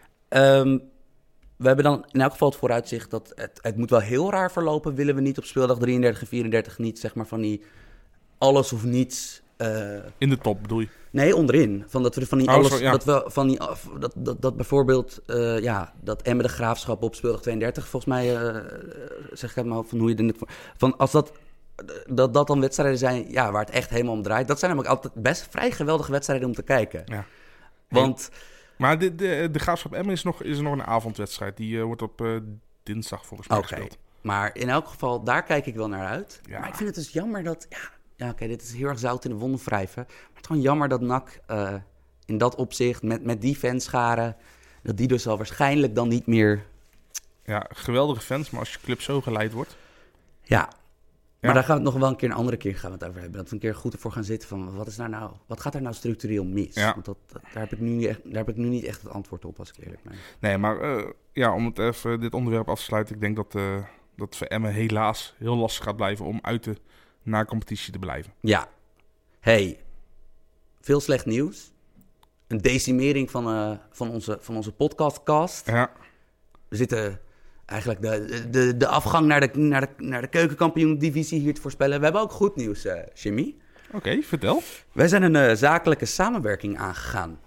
Um, we hebben dan in elk geval het vooruitzicht dat het, het moet wel heel raar verlopen. Willen we niet op speeldag drieëndertig en vierendertig niet, zeg maar, van die... alles of niets. Uh, in de top bedoel je? Nee, onderin. Van dat we van die oh, alles. Zo, ja. Dat we van die dat, dat, dat bijvoorbeeld uh, ja, dat Emmen de Graafschap op speeldag tweeëndertig, volgens mij uh, zeg ik het maar van hoe je er van als dat, dat dat dan wedstrijden zijn, ja, waar het echt helemaal om draait. Dat zijn namelijk altijd best vrij geweldige wedstrijden om te kijken. Ja. Want hey, maar de, de, de Graafschap Emmen is nog, is nog een avondwedstrijd. Die uh, wordt op uh, dinsdag volgens mij okay. gespeeld. Maar in elk geval, daar kijk ik wel naar uit. Ja. Maar ik vind het dus jammer dat... Ja, ja oké, okay, dit is heel erg zout in de wonden wrijven. Maar het is gewoon jammer dat N A C uh, in dat opzicht, met, met die fanscharen... dat die dus al waarschijnlijk dan niet meer... Ja, geweldige fans, maar als je club zo geleid wordt... Ja, maar ja. Daar gaan we het nog wel een keer een andere keer gaan we het over hebben. Dat we een keer goed ervoor gaan zitten van... wat, is daar nou, wat gaat er nou structureel mis? Ja. Want dat, dat, daar, heb ik nu niet echt, daar heb ik nu niet echt het antwoord op, als ik eerlijk ben. Nee, maar uh, ja, om het even dit onderwerp af te sluiten... ik denk dat, uh, dat voor Emmen helaas heel lastig gaat blijven... om uit de na-competitie te blijven. Ja. Hey, veel slecht nieuws. Een decimering van, uh, van onze, van onze podcastcast. Ja. We zitten eigenlijk de, de, de afgang naar de, naar, de, naar de keukenkampioen-divisie hier te voorspellen. We hebben ook goed nieuws, uh, Jimmy. Oké, okay, vertel. Wij zijn een uh, zakelijke samenwerking aangegaan.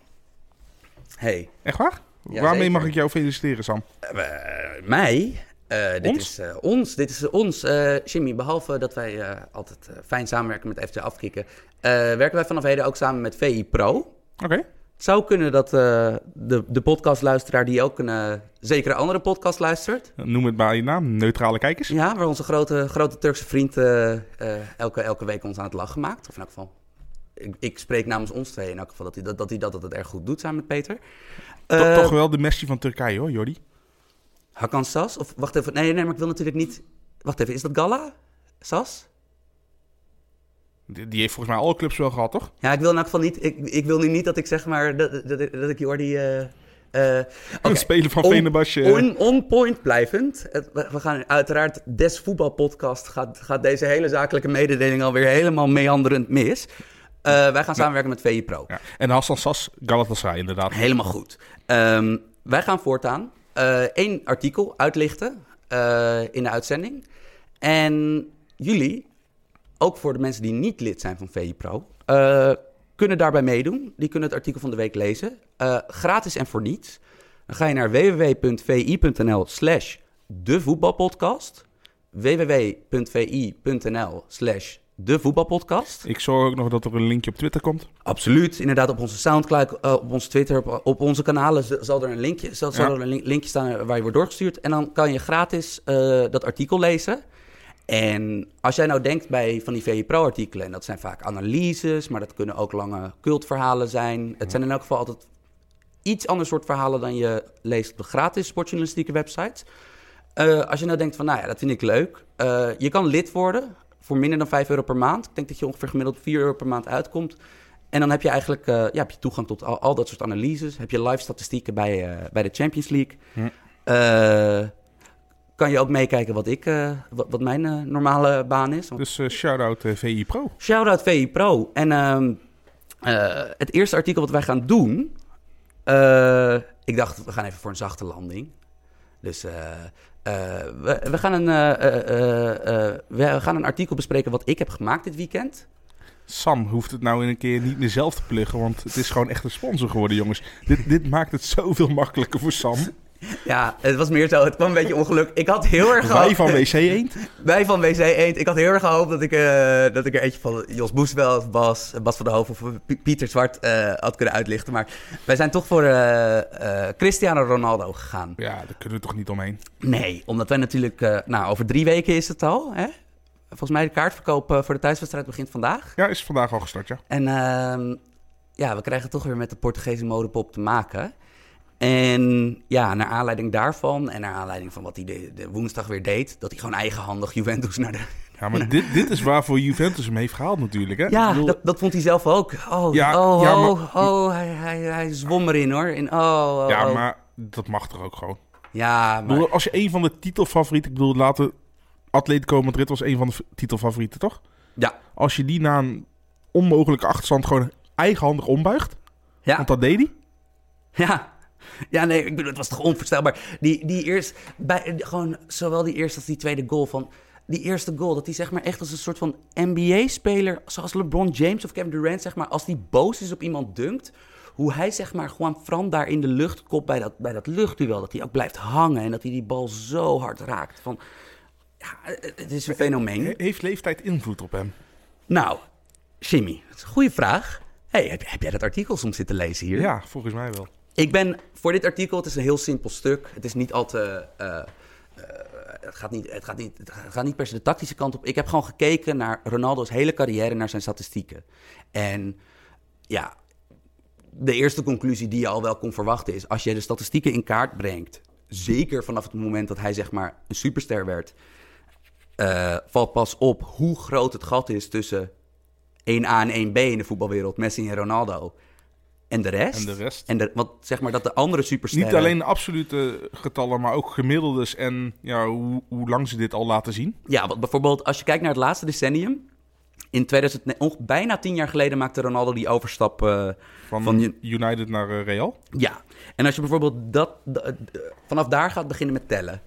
Hey. Echt waar? Ja, Waarmee zeker. mag ik jou feliciteren, Sam? Uh, mij? Uh, dit ons? is uh, ons. Dit is ons. Uh, Jimmy, behalve dat wij uh, altijd uh, fijn samenwerken met F C Afkikken... Uh, werken wij vanaf heden ook samen met V I Pro. Oké. Okay. Het zou kunnen dat uh, de, de podcastluisteraar die ook een uh, zekere andere podcast luistert... Noem het maar je naam, neutrale kijkers. Ja, waar onze grote, grote Turkse vriend uh, uh, elke, elke week ons aan het lachen maakt. Of in elk geval ik, ik spreek namens ons twee in elk geval dat hij dat, dat, hij dat, dat het erg goed doet samen met Peter. Toch, Uh, toch wel de Messi van Turkije hoor, Jordi. Hakan Sas? Of wacht even, nee, nee, maar ik wil natuurlijk niet... Wacht even, is dat Galla? Sas? Die, die heeft volgens mij alle clubs wel gehad, toch? Ja, ik wil in elk geval niet... Ik, ik wil nu niet dat ik zeg maar... Dat, dat, dat ik Jordi... Uh, uh, Een okay. speler van on, Fenerbahce. On, on point blijvend. Het, we gaan uiteraard... Des voetbalpodcast gaat, gaat deze hele zakelijke mededeling alweer helemaal meanderend mis. Uh, wij gaan samenwerken met V I Pro. Ja. En Hassan Sas, Galatasaray inderdaad. Helemaal goed. Um, wij gaan voortaan uh, één artikel uitlichten uh, in de uitzending. En jullie, ook voor de mensen die niet lid zijn van V I Pro, uh, kunnen daarbij meedoen. Die kunnen het artikel van de week lezen. Uh, gratis en voor niets. Dan ga je naar www.vi.nl slash de voetbalpodcast. www.vi.nl slash de voetbalpodcast. Ik zorg ook nog dat er een linkje op Twitter komt. Absoluut. Inderdaad, op onze Soundcloud, uh, op onze Twitter, op, op onze kanalen z- zal er een linkje, zal, zal Ja. er een link, linkje staan waar je wordt doorgestuurd. En dan kan je gratis uh, dat artikel lezen. En als jij nou denkt bij van die V I Pro-artikelen, en dat zijn vaak analyses, maar dat kunnen ook lange cultverhalen zijn. Het zijn in elk geval altijd iets ander soort verhalen dan je leest op de gratis sportjournalistieke websites. Uh, als je nou denkt van, nou ja, dat vind ik leuk. Uh, je kan lid worden voor minder dan vijf euro per maand. Ik denk dat je ongeveer gemiddeld vier euro per maand uitkomt. En dan heb je eigenlijk uh, ja, heb je toegang tot al, al dat soort analyses. Heb je live statistieken bij, uh, bij de Champions League. Hm. Uh, kan je ook meekijken wat, ik, uh, wat, wat mijn uh, normale baan is. Want... Dus uh, shout-out uh, V I Pro. Shout-out V I Pro. En uh, uh, het eerste artikel wat wij gaan doen... Uh, ik dacht, we gaan even voor een zachte landing. Dus uh, uh, we, we, gaan een, uh, uh, uh, we gaan een artikel bespreken wat ik heb gemaakt dit weekend. Sam hoeft het nou in een keer niet meer zelf te pluggen, want het is gewoon echt een sponsor geworden, jongens. Dit, dit maakt het zoveel makkelijker voor Sam. Ja, het was meer zo, het kwam een beetje ongeluk. Ik had heel erg gehoopt... Wij van W C Eend? Wij van W C Eend. Ik had heel erg gehoopt dat ik, uh, dat ik er eentje van Jos Boesveld, Bas, Bas van der Hoofd of P- Pieter Zwart uh, had kunnen uitlichten. Maar wij zijn toch voor uh, uh, Cristiano Ronaldo gegaan. Ja, daar kunnen we toch niet omheen. Nee, omdat wij natuurlijk... Uh, nou, over drie weken is het al, hè? Volgens mij de kaartverkoop uh, voor de thuiswedstrijd begint vandaag. Ja, is vandaag al gestart, ja. En uh, ja, we krijgen toch weer met de Portugese modepop te maken. En ja, naar aanleiding daarvan en naar aanleiding van wat hij de, de woensdag weer deed... dat hij gewoon eigenhandig Juventus naar de... Ja, maar dit, dit is waarvoor Juventus hem heeft gehaald natuurlijk, hè? Ja, Ik bedoel... dat, dat vond hij zelf ook. Oh, Ja, oh, ja, oh, maar- oh, hij, hij, hij zwom erin, hoor. In, oh, oh, Ja, oh. maar dat mag toch ook gewoon. Ja, Ik maar... bedoel, als je een van de titelfavorieten... Ik bedoel, later... Atletico Madrid was een van de v- titelfavorieten, toch? Ja, Als je die na een onmogelijke achterstand gewoon eigenhandig ombuigt... ja, Want dat deed hij. ja. Ja, nee, ik bedoel, het was toch onvoorstelbaar. Die, die eerst, bij, gewoon zowel die eerste als die tweede goal van... Die eerste goal, dat hij zeg maar echt als een soort van N B A-speler... zoals LeBron James of Kevin Durant, zeg maar... als die boos is op iemand dunkt... hoe hij zeg maar gewoon Fran daar in de lucht kopt bij dat, bij dat luchtduel... dat hij ook blijft hangen en dat hij die bal zo hard raakt. Van, ja, het is een fenomeen. He- heeft leeftijd invloed op hem? Nou, Jimmy, dat is een goede vraag. Hey, heb, heb jij dat artikel soms zitten lezen hier? Ja, volgens mij wel. Ik ben voor dit artikel, het is een heel simpel stuk. Het is niet al te... Uh, uh, het, gaat niet, het, gaat niet, het gaat niet per se de tactische kant op. Ik heb gewoon gekeken naar Ronaldo's hele carrière, naar zijn statistieken. En ja, de eerste conclusie die je al wel kon verwachten is... als je de statistieken in kaart brengt... zeker vanaf het moment dat hij zeg maar een superster werd... Uh, valt pas op hoe groot het gat is tussen één A en één B in de voetbalwereld... Messi en Ronaldo... En de rest? En de rest. En de, wat zeg maar dat de andere supersterren... Niet alleen de absolute getallen, maar ook gemiddeldes en ja, hoe, hoe lang ze dit al laten zien. Ja, want bijvoorbeeld als je kijkt naar het laatste decennium... In tweeduizend negen, onge- bijna tien jaar geleden maakte Ronaldo die overstap uh, Van, van... je- United naar uh, Real. Ja, en als je bijvoorbeeld dat, dat, vanaf daar gaat beginnen met tellen...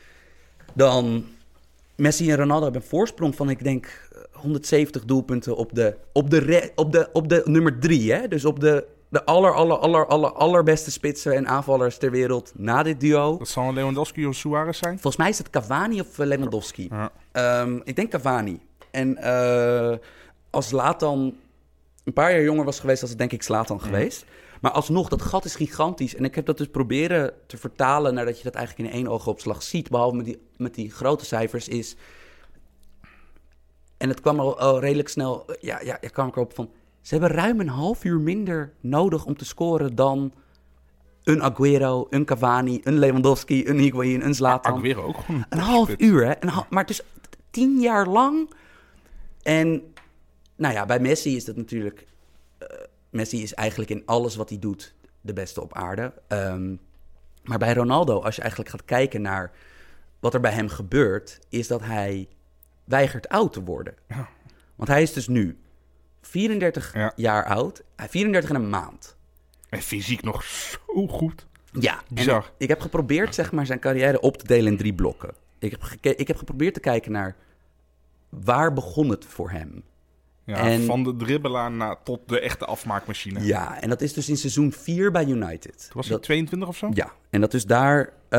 dan Messi en Ronaldo hebben een voorsprong van, ik denk, honderdzeventig doelpunten op de, op de, re, op de, op de nummer drie. Hè? Dus op de, de aller, aller, aller, aller, allerbeste spitsen en aanvallers ter wereld na dit duo. Dat zal Lewandowski of Suarez zijn. Volgens mij is het Cavani of uh, Lewandowski. Ja. Um, ik denk Cavani. En uh, als Zlatan een paar jaar jonger was geweest, was het denk ik Zlatan mm. geweest. Maar alsnog, dat gat is gigantisch. En ik heb dat dus proberen te vertalen naar dat je dat eigenlijk in één oogopslag ziet. Behalve met die, met die grote cijfers is... En het kwam al, al redelijk snel... Ja, ja, ik kwam erop van... Ze hebben ruim een half uur minder nodig om te scoren dan een Aguero, een Cavani, een Lewandowski, een Higuaín, een Zlatan. Aguero ook gewoon. Een half uur, hè? Een half, maar het is tien jaar lang. En nou ja, bij Messi is dat natuurlijk... Uh, Messi is eigenlijk in alles wat hij doet de beste op aarde. Um, maar bij Ronaldo, als je eigenlijk gaat kijken naar wat er bij hem gebeurt, is dat hij weigert oud te worden. Ja. Want hij is dus nu vierendertig ja. jaar oud. vierendertig en een maand. En fysiek nog zo goed. Ja, bizar. Ik, ik heb geprobeerd zeg maar, zijn carrière op te delen in drie blokken. Ik heb, geke- ik heb geprobeerd te kijken naar waar begon het voor hem. Ja, en, van de dribbelaar naar tot de echte afmaakmachine. Ja, en dat is dus in seizoen vier bij United. Toen was dat, hij tweeëntwintig of zo? Ja, en dat is daar... Uh,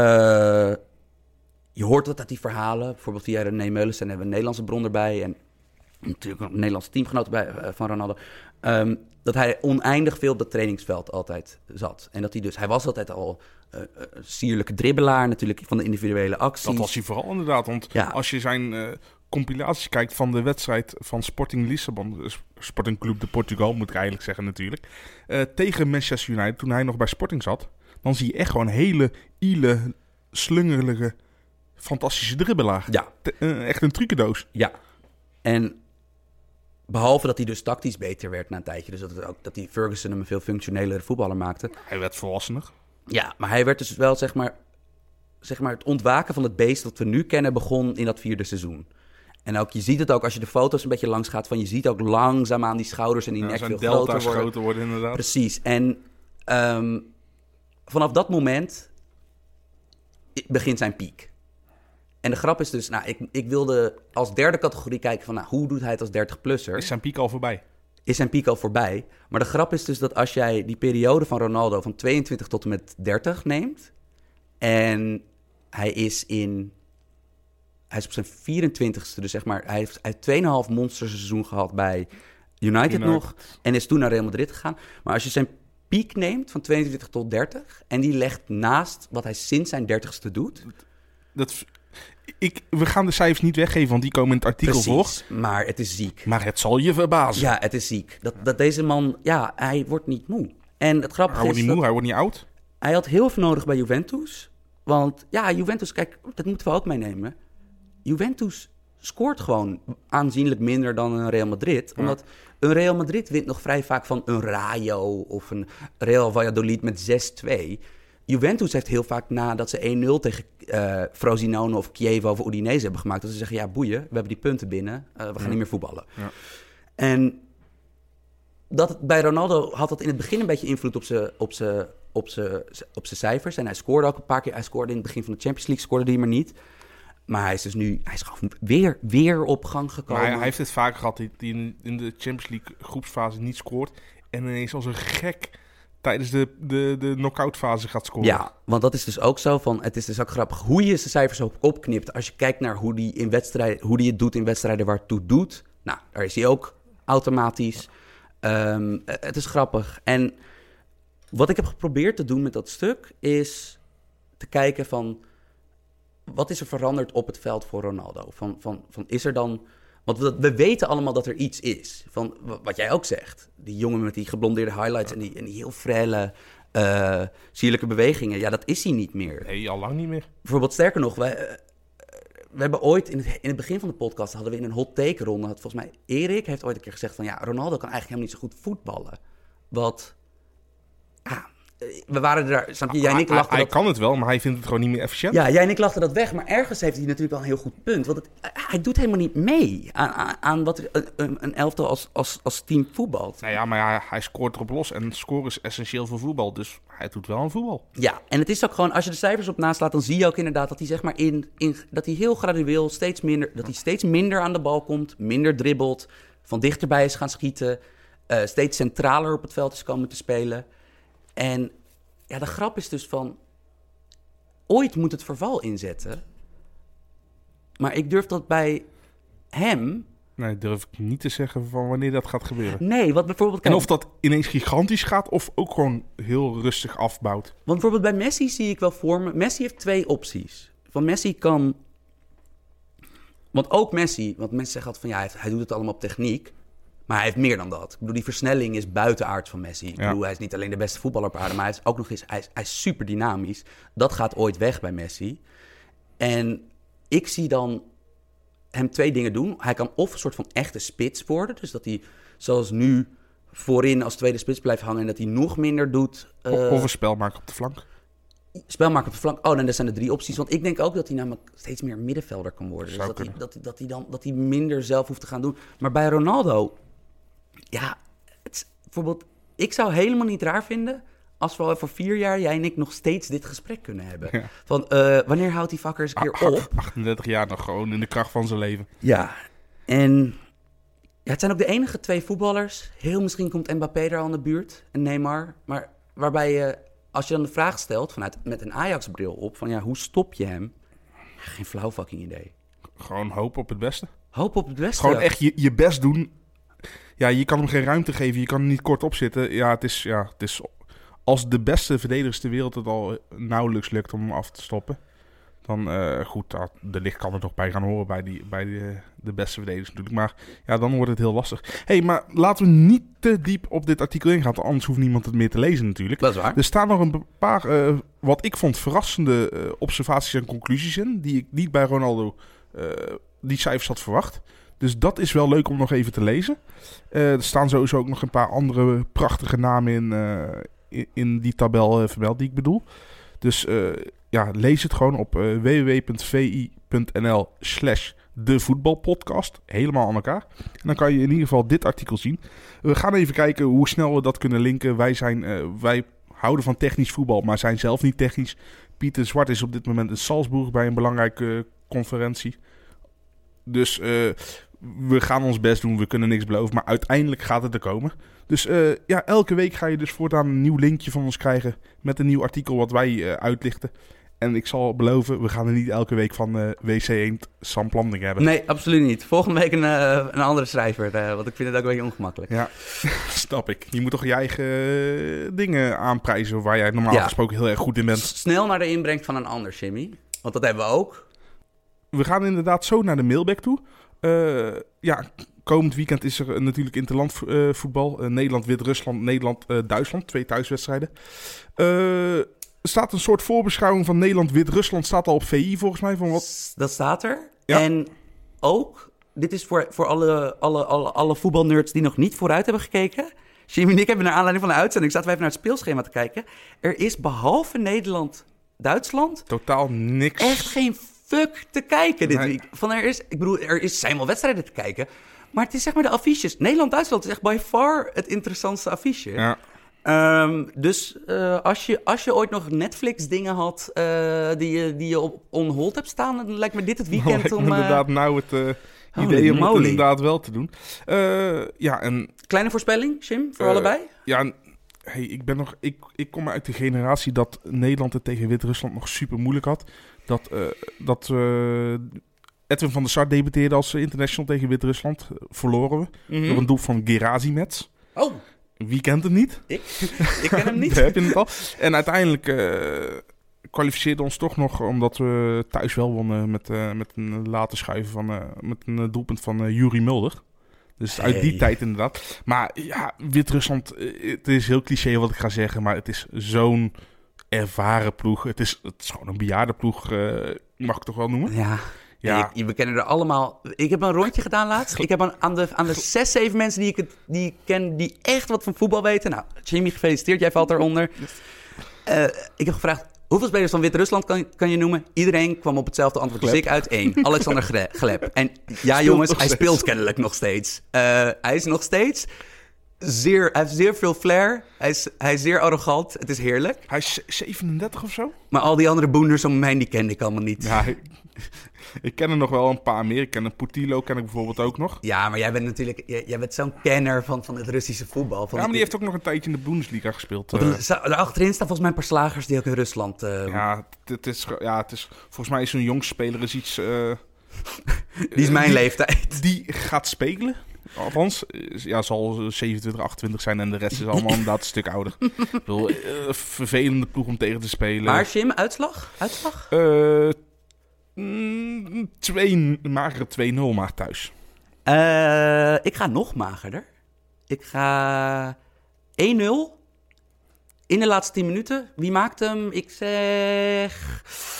je hoort dat uit die verhalen. Bijvoorbeeld via René Meulens en hebben we een Nederlandse bron erbij. En natuurlijk ook een Nederlandse teamgenoot bij, uh, van Ronaldo. Um, dat hij oneindig veel op dat trainingsveld altijd zat. En dat hij dus... Hij was altijd al uh, uh, sierlijke dribbelaar natuurlijk van de individuele acties. Dat was hij vooral inderdaad. Want ja. als je zijn... Uh, compilatie kijkt van de wedstrijd van Sporting Lissabon, Sporting Club de Portugal moet ik eigenlijk zeggen natuurlijk, uh, tegen Manchester United, toen hij nog bij Sporting zat, dan zie je echt gewoon hele ile, slungerige, fantastische dribbelaar. Ja. Te, uh, echt een trucendoos. Ja. En behalve dat hij dus tactisch beter werd na een tijdje, dus dat, het ook, dat hij Ferguson hem een veel functionelere voetballer maakte. Hij werd volwassener. Ja, maar hij werd dus wel, zeg maar, zeg maar, het ontwaken van het beest dat we nu kennen begon in dat vierde seizoen. En ook, je ziet het ook als je de foto's een beetje langs gaat, van je ziet ook langzaamaan die schouders en die ja, nek veel groter worden. groter worden inderdaad. Precies. En um, vanaf dat moment begint zijn piek. En de grap is dus, nou, ik, ik wilde als derde categorie kijken van, nou, hoe doet hij het als dertig-plusser? Is zijn piek al voorbij? Is zijn piek al voorbij. Maar de grap is dus dat als jij die periode van Ronaldo van tweeëntwintig tot en met dertig neemt, en hij is in... Hij is op zijn vierentwintigste, dus zeg maar... Hij heeft, hij heeft tweeënhalf monsterseizoen gehad bij United, United nog. En is toen naar Real Madrid gegaan. Maar als je zijn piek neemt van tweeëntwintig tot dertig... en die legt naast wat hij sinds zijn dertigste doet... Dat, ik, we gaan de cijfers niet weggeven, want die komen in het artikel Precies, voor. Maar het is ziek. Maar het zal je verbazen. Ja, het is ziek. Dat, dat deze man... Ja, hij wordt niet moe. En het grappige hij wordt is niet moe, dat, hij wordt niet oud. Hij had heel veel nodig bij Juventus. Want ja, Juventus, kijk, dat moeten we ook meenemen... Juventus scoort gewoon aanzienlijk minder dan een Real Madrid. Ja. Omdat een Real Madrid wint nog vrij vaak van een Rayo of een Real Valladolid met zes twee. Juventus heeft heel vaak nadat ze één nul tegen uh, Frosinone of Chievo of Udinese hebben gemaakt... dat ze zeggen, ja boeien, we hebben die punten binnen, uh, we gaan ja. niet meer voetballen. Ja. En dat, bij Ronaldo had dat in het begin een beetje invloed op zijn op zijn, op zijn, op zijn cijfers. En hij scoorde ook een paar keer. Hij scoorde in het begin van de Champions League, scoorde hij maar niet... Maar hij is dus nu hij is gewoon weer, weer op gang gekomen. Maar hij, hij heeft het vaak gehad dat hij in, in de Champions League groepsfase niet scoort. En ineens als een gek tijdens de, de, de knock-out fase gaat scoren. Ja, want dat is dus ook zo. Van, het is dus ook grappig hoe je zijn cijfers op, opknipt. Als je kijkt naar hoe hij in wedstrijden, hoe hij het doet in wedstrijden waar het toe doet. Nou, daar is hij ook automatisch. Um, het is grappig. En wat ik heb geprobeerd te doen met dat stuk is te kijken van... Wat is er veranderd op het veld voor Ronaldo? Van, van, van is er dan... Want we, we weten allemaal dat er iets is. Van wat jij ook zegt. Die jongen met die geblondeerde highlights... en die, en die heel frelle, uh, sierlijke bewegingen. Ja, dat is hij niet meer. Nee, al lang niet meer. Bijvoorbeeld, sterker nog... Wij, uh, we hebben ooit... In het, in het begin van de podcast hadden we in een hot take ronde... Had volgens mij Erik heeft ooit een keer gezegd van... Ja, Ronaldo kan eigenlijk helemaal niet zo goed voetballen. Wat... Ah, we waren er, snap je, jij en ik lachten Hij dat... kan het wel, maar hij vindt het gewoon niet meer efficiënt. Ja, jij en ik lachten dat weg, maar ergens heeft hij natuurlijk wel een heel goed punt. Want het, hij doet helemaal niet mee aan, aan, aan wat een, een elftal als, als, als team voetbalt. Nou ja, maar ja, hij scoort erop los en scoren is essentieel voor voetbal. Dus hij doet wel aan voetbal. Ja, en het is ook gewoon, als je de cijfers op naslaat, dan zie je ook inderdaad dat hij zeg maar in, in dat hij heel gradueel steeds minder, dat hij steeds minder aan de bal komt, minder dribbelt, van dichterbij is gaan schieten, uh, steeds centraler op het veld is komen te spelen. En ja, de grap is dus van... Ooit moet het verval inzetten. Maar ik durf dat bij hem... Nee, durf ik niet te zeggen van wanneer dat gaat gebeuren. Nee, wat bijvoorbeeld... En of dat ineens gigantisch gaat of ook gewoon heel rustig afbouwt. Want bijvoorbeeld bij Messi zie ik wel voor me... Messi heeft twee opties. Van Messi kan... Want ook Messi... Want mensen zeggen altijd van ja, hij doet het allemaal op techniek. Maar hij heeft meer dan dat. Ik bedoel, die versnelling is buitenaard van Messi. Ik Ja. bedoel, hij is niet alleen de beste voetballer op aarde, maar hij is ook nog eens, hij is, hij is super dynamisch. Dat gaat ooit weg bij Messi. En ik zie dan hem twee dingen doen. Hij kan of een soort van echte spits worden. Dus dat hij, zoals nu, voorin als tweede spits blijft hangen en dat hij nog minder doet. Uh, Of een spel maken op de flank. Spel maken op de flank. Oh, dan zijn er drie opties. Want ik denk ook dat hij namelijk steeds meer middenvelder kan worden. Zou Dus dat hij, kunnen. dat, hij, dat, hij dan, dat hij minder zelf hoeft te gaan doen. Maar bij Ronaldo, ja, het is, bijvoorbeeld, ik zou helemaal niet raar vinden als we over vier jaar, jij en ik, nog steeds dit gesprek kunnen hebben. Ja. Van, uh, wanneer houdt die vakker eens een keer op? achtendertig jaar nog gewoon in de kracht van zijn leven. Ja, en ja, het zijn ook de enige twee voetballers. Heel misschien komt Mbappé er al in de buurt en Neymar. Maar waarbij je, als je dan de vraag stelt vanuit met een Ajax-bril op, van ja, hoe stop je hem? Geen flauw fucking idee. Gewoon hopen op het beste. Hoop op het beste. Gewoon echt je, je best doen. Ja, je kan hem geen ruimte geven. Je kan er niet kort op zitten. Ja, het is, ja, het is als de beste verdedigers ter wereld het al nauwelijks lukt om hem af te stoppen. Dan, uh, goed, uh, de licht kan er nog bij gaan horen bij, die, bij die, uh, de beste verdedigers natuurlijk. Maar ja, dan wordt het heel lastig. Hé, hey, maar laten we niet te diep op dit artikel ingaan. Anders hoeft niemand het meer te lezen natuurlijk. Dat is waar. Er staan nog een paar, uh, wat ik vond, verrassende uh, observaties en conclusies in. Die ik niet bij Ronaldo, uh, die cijfers had verwacht. Dus dat is wel leuk om nog even te lezen. Uh, er staan sowieso ook nog een paar andere prachtige namen in, uh, in, in die tabel uh, vermeld die ik bedoel. Dus uh, ja, lees het gewoon op uh, www.vi.nl slash de voetbalpodcast. Helemaal aan elkaar. En dan kan je in ieder geval dit artikel zien. We gaan even kijken hoe snel we dat kunnen linken. Wij, zijn, uh, wij houden van technisch voetbal, maar zijn zelf niet technisch. Pieter Zwart is op dit moment in Salzburg bij een belangrijke uh, conferentie. Dus uh, we gaan ons best doen. We kunnen niks beloven. Maar uiteindelijk gaat het er komen. Dus uh, ja, elke week ga je dus voortaan een nieuw linkje van ons krijgen. Met een nieuw artikel wat wij uh, uitlichten. En ik zal beloven, we gaan er niet elke week van uh, W C Eend Sam Planding hebben. Nee, absoluut niet. Volgende week een, uh, een andere schrijver. Uh, want ik vind het ook een beetje ongemakkelijk. Ja, snap ik. Je moet toch je eigen uh, dingen aanprijzen. Waar jij normaal ja. gesproken heel erg goed in bent. Snel naar de inbreng van een ander, Jimmy. Want dat hebben we ook. We gaan inderdaad zo naar de mailback toe. Uh, ja, komend weekend is er natuurlijk interland uh, voetbal. Uh, Nederland, Wit-Rusland, Nederland, uh, Duitsland. Twee thuiswedstrijden. Uh, er staat een soort voorbeschouwing van Nederland, Wit-Rusland. Staat al op V I volgens mij. Van wat... Dat staat er. Ja. En ook, dit is voor, voor alle, alle, alle, alle voetbalnerds die nog niet vooruit hebben gekeken. Jimmy en ik hebben naar aanleiding van de uitzending, zaten wij even naar het speelschema te kijken. Er is behalve Nederland-Duitsland totaal niks. Echt geen fuck te kijken dit Nee. week. Van er is, ik bedoel, er is, zijn wel wedstrijden te kijken. Maar het is zeg maar de affiches. Nederland-Duitsland is echt by far het interessantste affiche. Ja. Um, dus uh, als, je, als je ooit nog Netflix-dingen had uh, die, je, die je op on hold hebt staan, dan lijkt me dit het weekend lijkt me om... Uh, inderdaad nou het uh, Holy idee om het moly. inderdaad wel te doen. Uh, ja, en... Kleine voorspelling, Jim, voor uh, allebei? Ja, hey, ik, ben nog, ik, ik kom uit de generatie dat Nederland het tegen Wit-Rusland nog super moeilijk had. Dat, uh, dat uh, Edwin van der Sar debuteerde als international tegen Wit-Rusland. Uh, verloren we. Mm-hmm. Door een doel van Gerazimets. Oh, Wie kent hem niet? ik, ik ken hem niet. Daar heb je het al. En uiteindelijk uh, kwalificeerden ons toch nog, omdat we thuis wel wonnen met, uh, met een late schuiven van, uh, met een doelpunt van uh, Yuri Mulder. Dus uit die Hey. tijd inderdaad. Maar ja, Wit-Rusland, uh, het is heel cliché wat ik ga zeggen, maar het is zo'n ervaren ploeg. Het is, het is gewoon een bejaarde ploeg, uh, mag ik toch wel noemen? Ja, Ja. ja. Je, we kennen er allemaal... Ik heb een rondje gedaan laatst. Ik heb aan, aan, de, aan de zes, zeven mensen die ik, het, die ik ken, die echt wat van voetbal weten. Nou, Jimmy, gefeliciteerd. Jij valt daaronder. Uh, ik heb gevraagd, hoeveel spelers van Wit-Rusland kan, kan je noemen? Iedereen kwam op hetzelfde antwoord als ik uit. één. Alexander Gre- Gleb. En ja, Speelt jongens, nog hij steeds. speelt kennelijk nog steeds. Uh, hij is nog steeds... Zeer, hij heeft zeer veel flair. Hij is, hij is zeer arrogant. Het is heerlijk. Hij is zevenendertig of zo? Maar al die andere boenders om hem heen, die kende ik allemaal niet. Ja, ik, ik ken er nog wel een paar meer. Ik ken een Putilo, ken ik bijvoorbeeld ook nog. Ja, maar jij bent natuurlijk jij, jij bent zo'n kenner van, van het Russische voetbal. Van Ja, maar die heeft ook nog een tijdje in de Bundesliga gespeeld. Want Uh, er- za- Daarachterin staan volgens mij een paar slagers die ook in Rusland... Uh, ja, het, het is, ge- ja, het is... Volgens mij is zo'n jong speler is iets... uh, die is mijn leeftijd. Die gaat spelen. Althans, is- ja, zal zevenentwintig, achtentwintig zijn en de rest is allemaal inderdaad een stuk ouder. Ik bedoel, uh, vervelende ploeg om tegen te spelen. Maar Jim, uitslag? Uitslag? Uh, mm, twee, magere twee nul maar thuis. Uh, ik ga nog magerder. Ik ga één nul in de laatste tien minuten. Wie maakt hem? Ik zeg...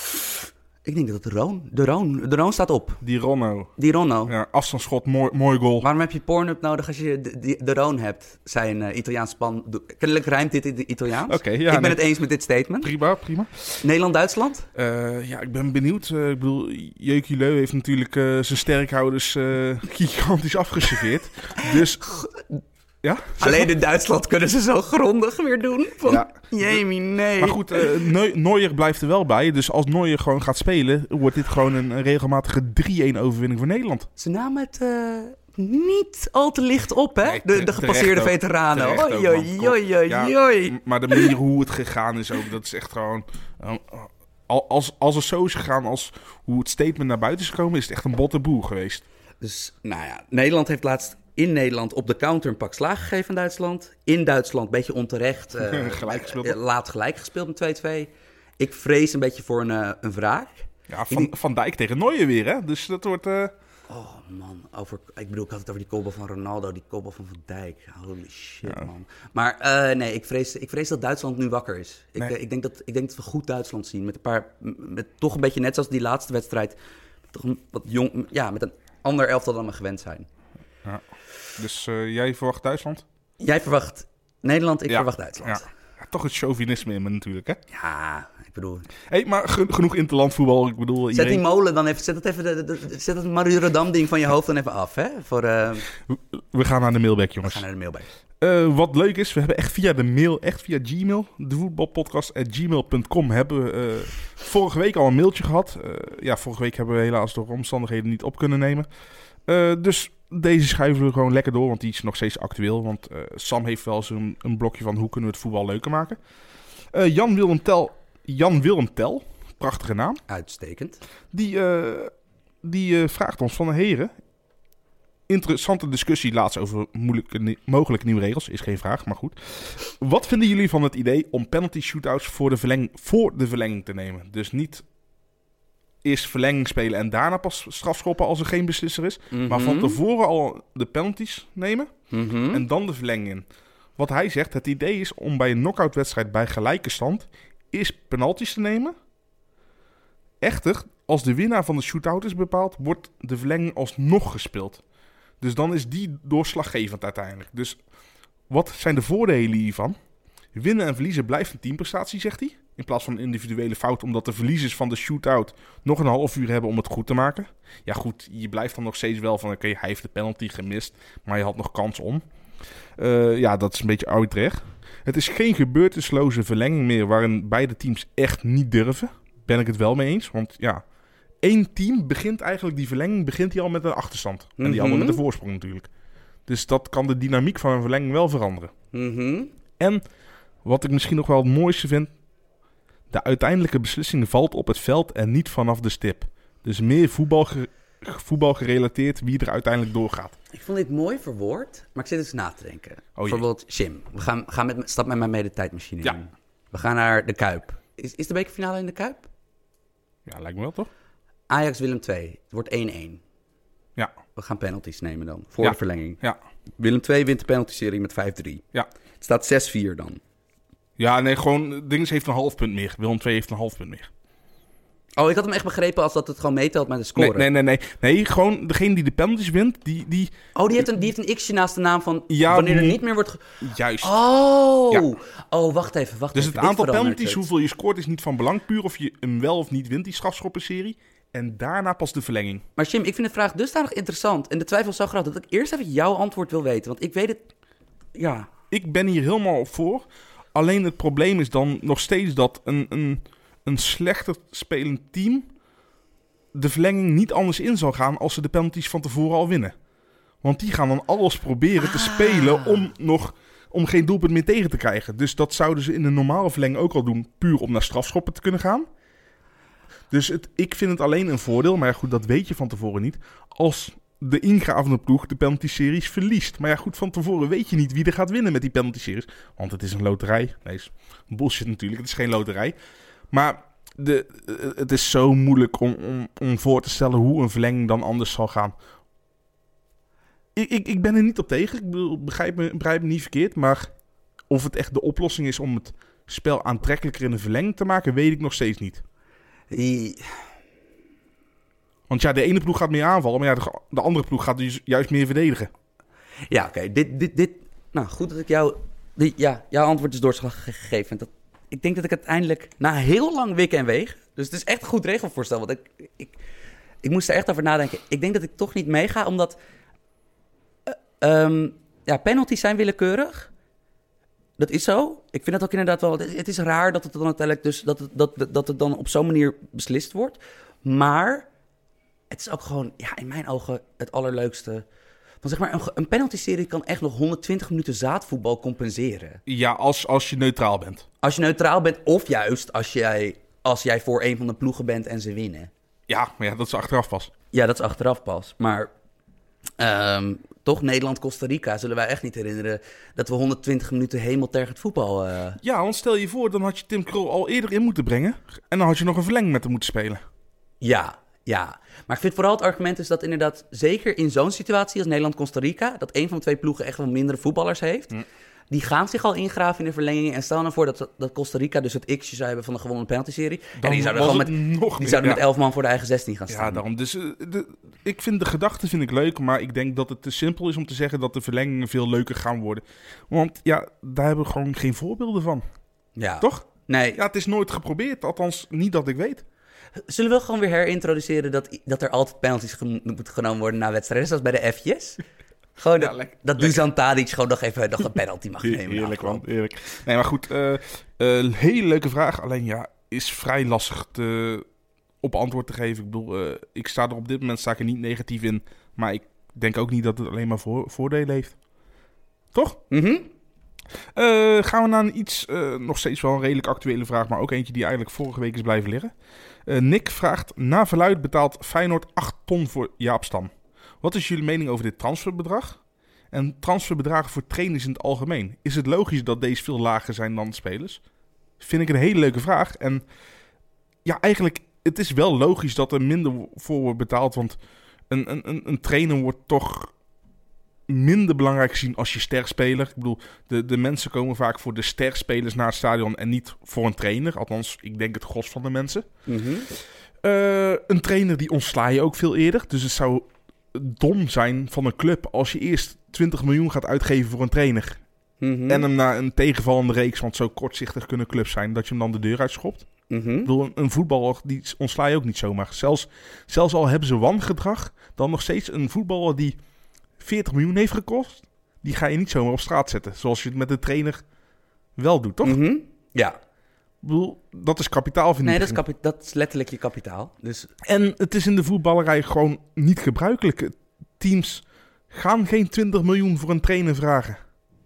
Ik denk dat het de Roon... De Roon, de Roon staat op. Die Ronno. Die Ronno. Ja, afstandsschot, mooi, mooi goal. Waarom heb je Pornhub nodig als je de, de, de Roon hebt? Zei een uh, Italiaans span. Kennelijk rijmt dit in het Italiaans. Oké, ja. Ik ben nee. het eens met dit statement. Prima, prima. Nederland-Duitsland? Uh, ja, ik ben benieuwd. Uh, ik bedoel, Jeukie Leu heeft natuurlijk uh, zijn sterkhouders uh, gigantisch afgeserveerd. Dus... Ja? Alleen in Duitsland kunnen ze zo grondig weer doen. Van, ja. Jemie, nee. Maar goed, uh, Neuer blijft er wel bij. Dus als Neuer gewoon gaat spelen, wordt dit gewoon een, een regelmatige drie-een overwinning voor Nederland. Ze namen het uh, niet al te licht op, hè? Nee, de, de gepasseerde veteranen. Oi, oi, oi, oi, ja, oi. Maar de manier hoe het gegaan is ook, dat is echt gewoon... Uh, als, als het zo is gegaan als hoe het statement naar buiten is gekomen, is het echt een botte boel geweest. Dus, nou ja, Nederland heeft laatst... In Nederland op de counter een pak slaag gegeven aan Duitsland. In Duitsland een beetje onterecht. Uh, gelijk gespeeld. Uh, laat gelijk gespeeld met twee-twee. Ik vrees een beetje voor een, uh, een wraak. Ja, Van, die... Van Dijk tegen Neuer weer, hè? Dus dat wordt... Uh... Oh man, over, ik bedoel, ik had het over die kopbal van Ronaldo, die kopbal van Van Dijk. Holy shit, ja. man. Maar uh, nee, ik vrees, ik vrees dat Duitsland nu wakker is. Ik, nee. uh, ik, denk dat, ik denk dat we goed Duitsland zien. Met een paar, met toch een beetje net zoals die laatste wedstrijd. Toch een wat jong, ja, met een ander elftal dan we gewend zijn. Ja. Dus uh, jij verwacht Duitsland? Jij verwacht Nederland, ik ja. verwacht Duitsland. Ja. Ja, toch het chauvinisme in me natuurlijk, hè? Ja, ik bedoel... Hé, hey, maar ge- genoeg interlandvoetbal, ik bedoel... Zet iedereen... die molen dan even, zet dat even, de, de, de, zet dat Marurodam ding van je hoofd dan even af, hè? Voor, uh... We gaan naar de mailback, jongens. We gaan naar de mailback. Uh, wat leuk is, we hebben echt via de mail, echt via Gmail, de voetbalpodcast at gmail punt com, hebben we uh, vorige week al een mailtje gehad. Uh, ja, vorige week hebben we helaas door omstandigheden niet op kunnen nemen. Uh, dus... Deze schuiven we gewoon lekker door, want die is nog steeds actueel. Want uh, Sam heeft wel eens een, een blokje van hoe kunnen we het voetbal leuker maken. Uh, Jan Willem Tel, Jan Willem Tel, prachtige naam. Uitstekend. Die, uh, die uh, vraagt ons van de heren. Interessante discussie laatst over moeilijke, mogelijke nieuwe regels. Is geen vraag, maar goed. Wat vinden jullie van het idee om penalty shootouts voor de, verleng, voor de verlenging te nemen? Dus niet... Eerst verlenging spelen en daarna pas strafschoppen als er geen beslisser is. Mm-hmm. Maar van tevoren al de penalties nemen mm-hmm. en dan de verlenging in. Wat hij zegt, het idee is om bij een knock-out wedstrijd bij gelijke stand eerst penalties te nemen. Echter, als de winnaar van de shootout is bepaald, wordt de verlenging alsnog gespeeld. Dus dan is die doorslaggevend uiteindelijk. Dus wat zijn de voordelen hiervan? Winnen en verliezen blijft een teamprestatie, zegt hij. In plaats van een individuele fout, omdat de verliezers van de shootout nog een half uur hebben om het goed te maken. Ja goed, je blijft dan nog steeds wel van, oké, okay, hij heeft de penalty gemist, maar je had nog kans om. Uh, ja, dat is een beetje arbitrair. Het is geen gebeurtenisloze verlenging meer waarin beide teams echt niet durven. Ben ik het wel mee eens, want ja, één team begint eigenlijk, die verlenging begint hij al met een achterstand. Mm-hmm. En die andere met een voorsprong natuurlijk. Dus dat kan de dynamiek van een verlenging wel veranderen. Mm-hmm. En wat ik misschien nog wel het mooiste vind, de uiteindelijke beslissing valt op het veld en niet vanaf de stip. Dus meer voetbal, ge- voetbal gerelateerd wie er uiteindelijk doorgaat. Ik vond dit mooi verwoord, maar ik zit eens na te denken. Oh, bijvoorbeeld, Jim, we gaan, gaan met, stap met mij mee de tijdmachine ja. in. We gaan naar de Kuip. Is, is de bekerfinale in de Kuip? Ja, lijkt me wel, toch? Ajax-Willem twee. Het wordt één-één. Ja. We gaan penalties nemen dan, voor ja. de verlenging. Ja. Willem twee wint de penalty-serie met vijf drie. Ja. Het staat zes vier dan. Ja, nee, gewoon, Dings heeft een half punt meer. Willem twee heeft een half punt meer. Oh, ik had hem echt begrepen als dat het gewoon meetelt met de score. Nee, nee, nee. Nee, nee gewoon degene die de penalties wint, die... die oh, die heeft een, die heeft een x'je naast de naam van ja, wanneer er die, niet meer wordt... Ge- juist. Oh, ja. oh, wacht even, wacht dus even. Dus het aantal penalties, hoeveel je scoort, is niet van belang. Puur of je hem wel of niet wint, die strafschoppenserie. En daarna pas de verlenging. Maar Jim, ik vind de vraag dusdanig interessant. En de twijfel is zo groot dat ik eerst even jouw antwoord wil weten. Want ik weet het... Ja. Ik ben hier helemaal voor. Alleen het probleem is dan nog steeds dat een, een, een slechter spelend team de verlenging niet anders in zal gaan als ze de penalties van tevoren al winnen. Want die gaan dan alles proberen ah. te spelen om nog om geen doelpunt meer tegen te krijgen. Dus dat zouden ze in een normale verlenging ook al doen, puur om naar strafschoppen te kunnen gaan. Dus het, ik vind het alleen een voordeel, maar ja, goed, dat weet je van tevoren niet, als de ingravende ploeg de penalty-series verliest. Maar ja, goed, van tevoren weet je niet wie er gaat winnen met die penalty-series. Want het is een loterij. Nee, is bullshit natuurlijk. Het is geen loterij. Maar de, het is zo moeilijk om, om, om voor te stellen hoe een verlenging dan anders zal gaan. ik, ik, ik ben er niet op tegen. Ik bedoel, begrijp me, begrijp me niet verkeerd. Maar of het echt de oplossing is om het spel aantrekkelijker in de verlenging te maken, weet ik nog steeds niet. Die... Want ja, de ene ploeg gaat meer aanvallen, maar ja, de, de andere ploeg gaat dus juist meer verdedigen. Ja, oké. Okay. Dit, dit, dit... Nou, goed dat ik jou... Die, ja, jouw antwoord is doorslag gegeven. Dat, ik denk dat ik uiteindelijk na heel lang wikken en wegen... Dus het is echt een goed regelvoorstel. Want ik, ik, ik moest er echt over nadenken. Ik denk dat ik toch niet meega, omdat... Uh, um, ja, penalties zijn willekeurig. Dat is zo. Ik vind dat ook inderdaad wel... Het is raar dat het dan uiteindelijk dus... Dat het, dat, dat het dan op zo'n manier beslist wordt. Maar... Het is ook gewoon, ja, in mijn ogen het allerleukste. Want zeg maar, een, een penalty-serie kan echt nog honderdtwintig minuten zaadvoetbal compenseren. Ja, als, als je neutraal bent. Als je neutraal bent, of juist als jij, als jij voor een van de ploegen bent en ze winnen. Ja, maar ja, dat is achteraf pas. Ja, dat is achteraf pas. Maar um, toch, Nederland-Costa Rica zullen wij echt niet herinneren... dat we honderdtwintig minuten hemeltergend voetbal... Uh... Ja, want stel je voor, dan had je Tim Krul al eerder in moeten brengen. En dan had je nog een verlenging met hem moeten spelen. Ja, ja. Maar ik vind vooral het argument is dat inderdaad... zeker in zo'n situatie als Nederland-Costa Rica... dat een van de twee ploegen echt wel mindere voetballers heeft... Hm. Die gaan zich al ingraven in de verlenging. En stel nou voor dat, dat Costa Rica dus het x'je zou hebben van de gewonnen penalty-serie. En die zouden, gewoon met, nog die zouden ja. met elf man voor de eigen zestien gaan staan. Ja, daarom. Dus uh, de, ik vind de gedachte vind ik leuk, maar ik denk dat het te simpel is om te zeggen dat de verlengingen veel leuker gaan worden. Want ja, daar hebben we gewoon geen voorbeelden van. Ja. Toch? Nee. Ja, het is nooit geprobeerd. Althans, niet dat ik weet. Zullen we gewoon weer herintroduceren dat, dat er altijd penalties ge- moeten genomen worden na wedstrijden, zoals bij de F'jes? Gewoon ja, dat, lekker, dat Dusan Tadic gewoon nog even nog een penalty mag nemen. Heerlijk, man. Heerlijk. Nee, maar goed. Uh, uh, hele leuke vraag. Alleen ja, is vrij lastig te, op antwoord te geven. Ik bedoel, uh, ik sta er op dit moment sta ik er niet negatief in. Maar ik denk ook niet dat het alleen maar voor, voordelen heeft. Toch? Mm-hmm. Uh, gaan we naar een iets, uh, nog steeds wel een redelijk actuele vraag, maar ook eentje die eigenlijk vorige week is blijven liggen. Uh, Nick vraagt, na verluid betaalt Feyenoord acht ton voor Jaap Stam. Wat is jullie mening over dit transferbedrag? En transferbedragen voor trainers in het algemeen. Is het logisch dat deze veel lager zijn dan spelers? Vind ik een hele leuke vraag. En ja, eigenlijk, het is wel logisch dat er minder voor wordt betaald. Want een, een, een trainer wordt toch minder belangrijk gezien als je sterspeler. Ik bedoel, de, de mensen komen vaak voor de sterspelers naar het stadion en niet voor een trainer. Althans, ik denk het gros van de mensen. Mm-hmm. Uh, een trainer die ontsla je ook veel eerder. Dus het zou dom zijn van een club als je eerst twintig miljoen gaat uitgeven voor een trainer. Mm-hmm. En hem na een tegenvallende reeks, want zo kortzichtig kunnen clubs zijn, dat je hem dan de deur uitschopt. Mm-hmm. Ik bedoel, een, een voetballer die ontsla je ook niet zomaar. Zelfs, zelfs al hebben ze wangedrag, dan nog steeds een voetballer die veertig miljoen heeft gekost, die ga je niet zomaar op straat zetten. Zoals je het met de trainer wel doet, toch? Mm-hmm. Ja. Ik bedoel, dat is kapitaalvernietiging. Nee, dat is, kapi- dat is letterlijk je kapitaal. Dus... En het is in de voetballerij gewoon niet gebruikelijk. Teams gaan geen twintig miljoen voor een trainer vragen.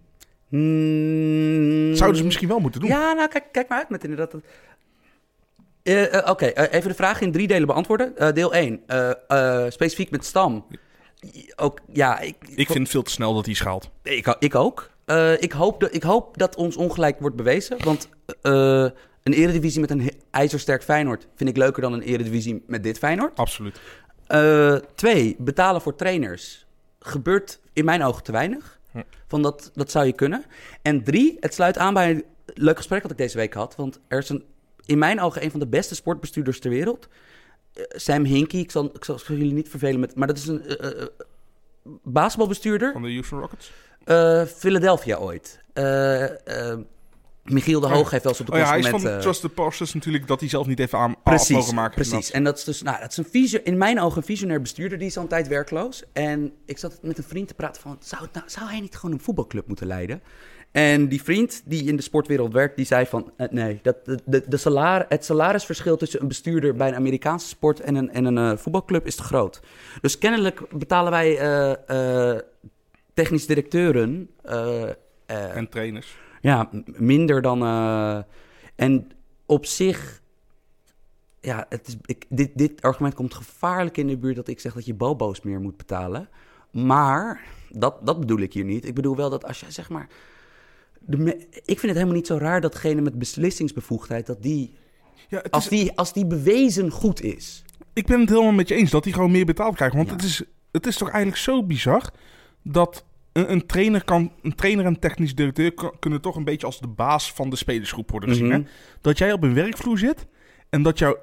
Mm, Zouden ze misschien wel moeten doen. Ja, nou, kijk, kijk maar uit met inderdaad. Uh, uh, Oké, okay, uh, even de vraag in drie delen beantwoorden. Uh, deel één, uh, uh, specifiek met Stam. Ook, ja, ik, ik vind het veel te snel dat hij schaalt. Ik, ik ook. Uh, ik, hoop de, ik hoop dat ons ongelijk wordt bewezen. Want uh, een eredivisie met een ijzersterk Feyenoord vind ik leuker dan een eredivisie met dit Feyenoord. Absoluut. Uh, twee, betalen voor trainers gebeurt in mijn ogen te weinig. Hm. Van dat, dat zou je kunnen. En drie, het sluit aan bij een leuk gesprek wat ik deze week had. Want er is een, in mijn ogen een van de beste sportbestuurders ter wereld. Uh, Sam Hinkie, ik zal, ik zal jullie niet vervelen met... Maar dat is een uh, uh, basketbalbestuurder. Van de Houston Rockets? Uh, Philadelphia ooit. Uh, uh, Michiel de Hoog oh. heeft wel eens op de oh, ja, hij is van uh, Trust the Process natuurlijk dat hij zelf niet even aan precies, af mogen maken. Precies, en dat is dus, nou, dat is een visio- in mijn ogen een visionair bestuurder, die is al een tijd werkloos. En ik zat met een vriend te praten van, zou, het nou, zou hij niet gewoon een voetbalclub moeten leiden? En die vriend die in de sportwereld werkt, die zei van, uh, nee, dat, de, de, de salar, het salarisverschil tussen een bestuurder bij een Amerikaanse sport en een, en een uh, voetbalclub is te groot. Dus kennelijk betalen wij uh, uh, technisch directeuren uh, uh, en trainers. Ja, minder dan... Uh, en op zich... Ja, het is, ik, dit, dit argument komt gevaarlijk in de buurt dat ik zeg dat je bobo's meer moet betalen. Maar dat, dat bedoel ik hier niet. Ik bedoel wel dat als je zeg maar... De me, ik vind het helemaal niet zo raar dat degene met beslissingsbevoegdheid... dat die, ja, het als, is, die als die bewezen goed is... Ik ben het helemaal met je eens dat hij gewoon meer betaald krijgt. Want ja. het, is, het is toch eigenlijk zo bizar dat een, een, trainer kan, een trainer en technisch directeur kan, kunnen toch een beetje als de baas van de spelersgroep worden gezien. Mm-hmm. Hè? Dat jij op een werkvloer zit en dat jou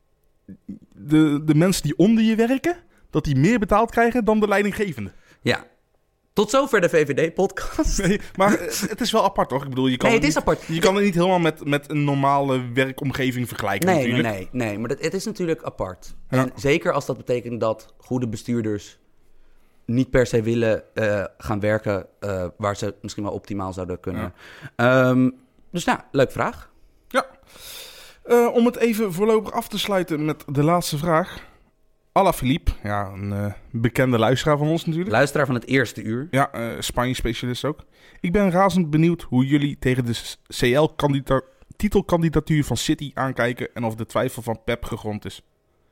de, de mensen die onder je werken, dat die meer betaald krijgen dan de leidinggevende. Ja. Tot zover de V V D-podcast. Nee, maar het is wel apart, toch? Ik bedoel, je kan, nee, het het is niet, apart. Je kan het niet helemaal met, met een normale werkomgeving vergelijken Nee, natuurlijk. nee, nee, nee. Maar dat, het is natuurlijk apart. Ja. En zeker als dat betekent dat goede bestuurders niet per se willen uh, gaan werken uh, waar ze misschien wel optimaal zouden kunnen. Ja. Um, dus nou, leuke vraag. Ja. Uh, om het even voorlopig af te sluiten met de laatste vraag. Alaphilippe, ja, een uh, bekende luisteraar van ons natuurlijk. Luisteraar van het eerste uur. Ja, uh, Spanje-specialist ook. Ik ben razend benieuwd hoe jullie tegen de C L-titelkandidatuur van City aankijken en of de twijfel van Pep gegrond is.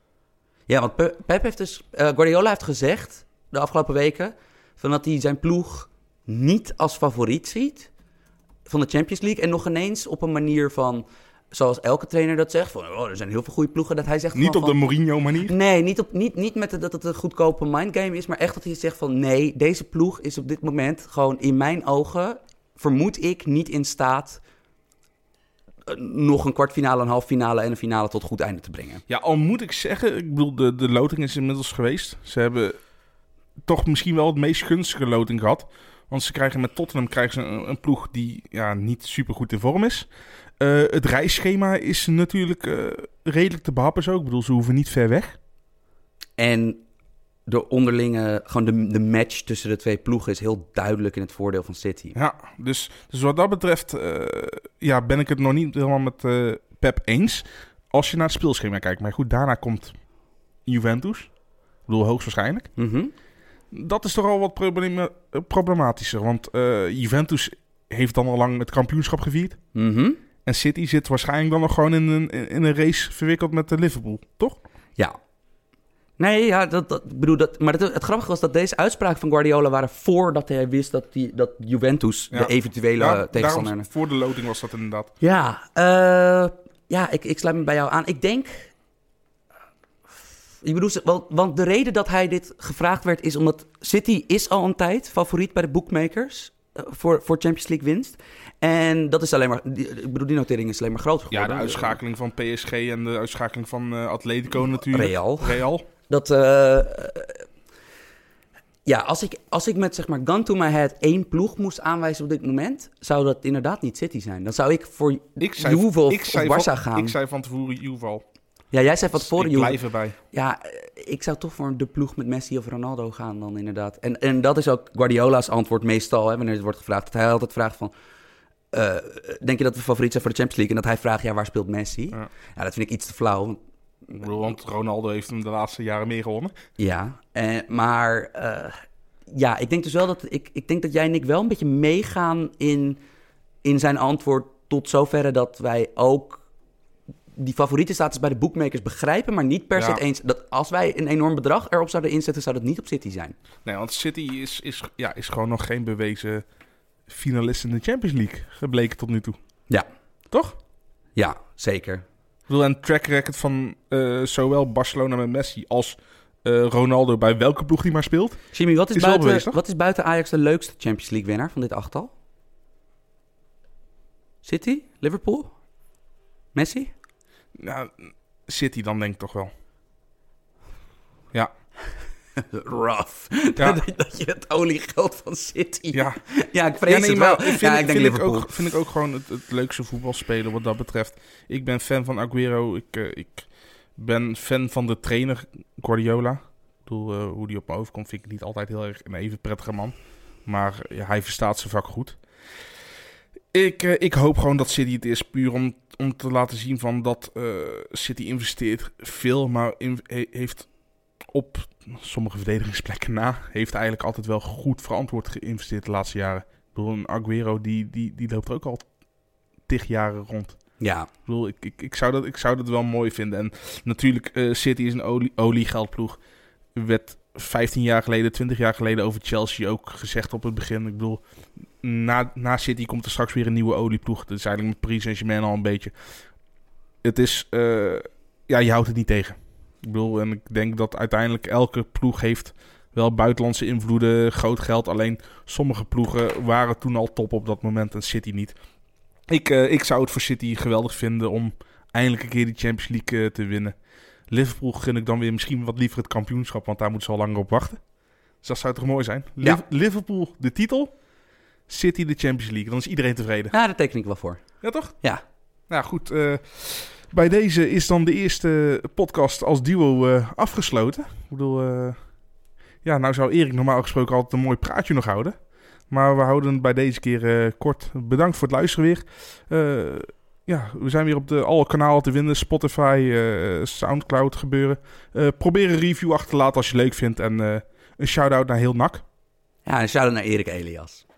Ja, want Pe- Pep heeft dus... Uh, Guardiola heeft gezegd de afgelopen weken van dat hij zijn ploeg niet als favoriet ziet van de Champions League en nog ineens op een manier van... Zoals elke trainer dat zegt, van oh, er zijn heel veel goede ploegen. Dat hij zegt niet van, op de van, Mourinho-manier? Nee, niet, op, niet, niet met de, dat het een goedkope mindgame is, maar echt dat hij zegt van nee, deze ploeg is op dit moment gewoon in mijn ogen, vermoed ik, niet in staat uh, nog een kwartfinale, een halffinale en een finale tot goed einde te brengen. Ja, al moet ik zeggen, ik bedoel, de, de loting is inmiddels geweest. Ze hebben toch misschien wel het meest gunstige loting gehad. Want ze krijgen met Tottenham krijgen ze een, een ploeg die ja, niet super goed in vorm is. Uh, het reisschema is natuurlijk uh, redelijk te behappen zo. Ik bedoel, ze hoeven niet ver weg. En de onderlinge, gewoon de, de match tussen de twee ploegen is heel duidelijk in het voordeel van City. Ja, dus, dus wat dat betreft uh, ja, ben ik het nog niet helemaal met uh, Pep eens. Als je naar het speelschema kijkt. Maar goed, daarna komt Juventus. Ik bedoel, hoogstwaarschijnlijk. Mm-hmm. Dat is toch al wat problema- problematischer. Want uh, Juventus heeft dan al lang het kampioenschap gevierd. Mm-hmm. En City zit waarschijnlijk dan nog gewoon in een, in een race verwikkeld met de Liverpool, toch? Ja. Nee, ja, dat, dat bedoel dat. Maar het, het grappige was dat deze uitspraken van Guardiola waren voordat hij wist dat, die, dat Juventus ja. de eventuele ja, tegenstander... Daarom, voor de loting was dat inderdaad. Ja, uh, ja ik, ik sluit me bij jou aan. Ik denk... Ik bedoel, want, want de reden dat hij dit gevraagd werd is omdat City is al een tijd favoriet bij de bookmakers uh, voor, voor Champions League winst. En dat is alleen maar, die, ik bedoel, die notering is alleen maar groter geworden. Ja, de uitschakeling van P S G en de uitschakeling van uh, Atletico natuurlijk. Real. Real. Dat, uh, ja, als ik, als ik met zeg maar gun to my head één ploeg moest aanwijzen op dit moment, zou dat inderdaad niet City zijn. Dan zou ik voor ik zei, Juve of, ik zei of Barça van, gaan. Ik zei van tevoren Juve al. Ja, jij zei van tevoren Juve. Ik blijf erbij. Ja, ik zou toch voor de ploeg met Messi of Ronaldo gaan dan inderdaad. En, en dat is ook Guardiola's antwoord meestal, hè, wanneer het wordt gevraagd. Dat hij altijd vraagt van, uh, denk je dat we favoriet zijn voor de Champions League? En dat hij vraagt, ja, waar speelt Messi? Ja, ja dat vind ik iets te flauw. Ik bedoel, want Ronaldo heeft hem de laatste jaren meer gewonnen. Ja, eh, maar uh, ja, ik denk dus wel dat, ik, ik denk dat jij en ik wel een beetje meegaan in, in zijn antwoord tot zoverre dat wij ook die favorietenstatus bij de bookmakers begrijpen, maar niet per se ja. eens dat als wij een enorm bedrag erop zouden inzetten, zou dat niet op City zijn. Nee, want City is, is, ja, is gewoon nog geen bewezen finalist in de Champions League gebleken tot nu toe. Ja. Toch? Ja, zeker. Ik bedoel, een track record van uh, zowel Barcelona met Messi als uh, Ronaldo bij welke ploeg die maar speelt. Jimmy, wat is, is buiten, bewezen, wat is buiten Ajax de leukste Champions League winnaar van dit achttal? City? Liverpool? Messi? Nou, City dan denk ik toch wel. Ja. Rough. Ja. Dat, dat je het oliegeld van City... Ja, ja ik vrees ja, nee, het wel. Maar vind, ja, ik denk vind Liverpool. Ik ook, vind ik ook gewoon het, het leukste voetbalspelen wat dat betreft. Ik ben fan van Aguero. Ik, uh, ik ben fan van de trainer Guardiola. Ik bedoel, uh, hoe die op me overkomt vind ik niet altijd heel erg een even prettige man. Maar ja, hij verstaat zijn vak goed. Ik, uh, ik hoop gewoon dat City het is puur om, om te laten zien van dat uh, City investeert veel, maar in, he, heeft op sommige verdedigingsplekken na, heeft eigenlijk altijd wel goed verantwoord geïnvesteerd de laatste jaren. Ik bedoel, een Aguero die, die, die loopt er ook al tig jaren rond. Ja. Ik bedoel, ik, ik, ik, zou dat, ik zou dat wel mooi vinden. En natuurlijk, uh, City is een olie, oliegeldploeg. Werd vijftien jaar geleden, twintig jaar geleden over Chelsea ook gezegd op het begin. Ik bedoel, na, na City komt er straks weer een nieuwe olieploeg. Dat is eigenlijk met Paris Saint-Germain al een beetje. Het is, uh, ja, je houdt het niet tegen. Ik bedoel, en ik denk dat uiteindelijk elke ploeg heeft wel buitenlandse invloeden, groot geld. Alleen sommige ploegen waren toen al top op dat moment en City niet. Ik, uh, ik zou het voor City geweldig vinden om eindelijk een keer die Champions League uh, te winnen. Liverpool gun ik dan weer misschien wat liever het kampioenschap, want daar moeten ze al langer op wachten. Dus dat zou toch mooi zijn? Ja. Liv- Liverpool de titel, City de Champions League. Dan is iedereen tevreden. Ja, daar teken ik wel voor. Ja, toch? Ja. Nou goed, uh, bij deze is dan de eerste podcast als duo uh, afgesloten. Ik bedoel, uh, ja, nou zou Erik normaal gesproken altijd een mooi praatje nog houden. Maar we houden het bij deze keer uh, kort. Bedankt voor het luisteren weer. Uh, ja, we zijn weer op de alle kanalen te vinden. Spotify, uh, Soundcloud gebeuren. Uh, probeer een review achter te laten als je het leuk vindt. En uh, een shout-out naar heel N A C. Ja, en shout-out naar Erik Elias.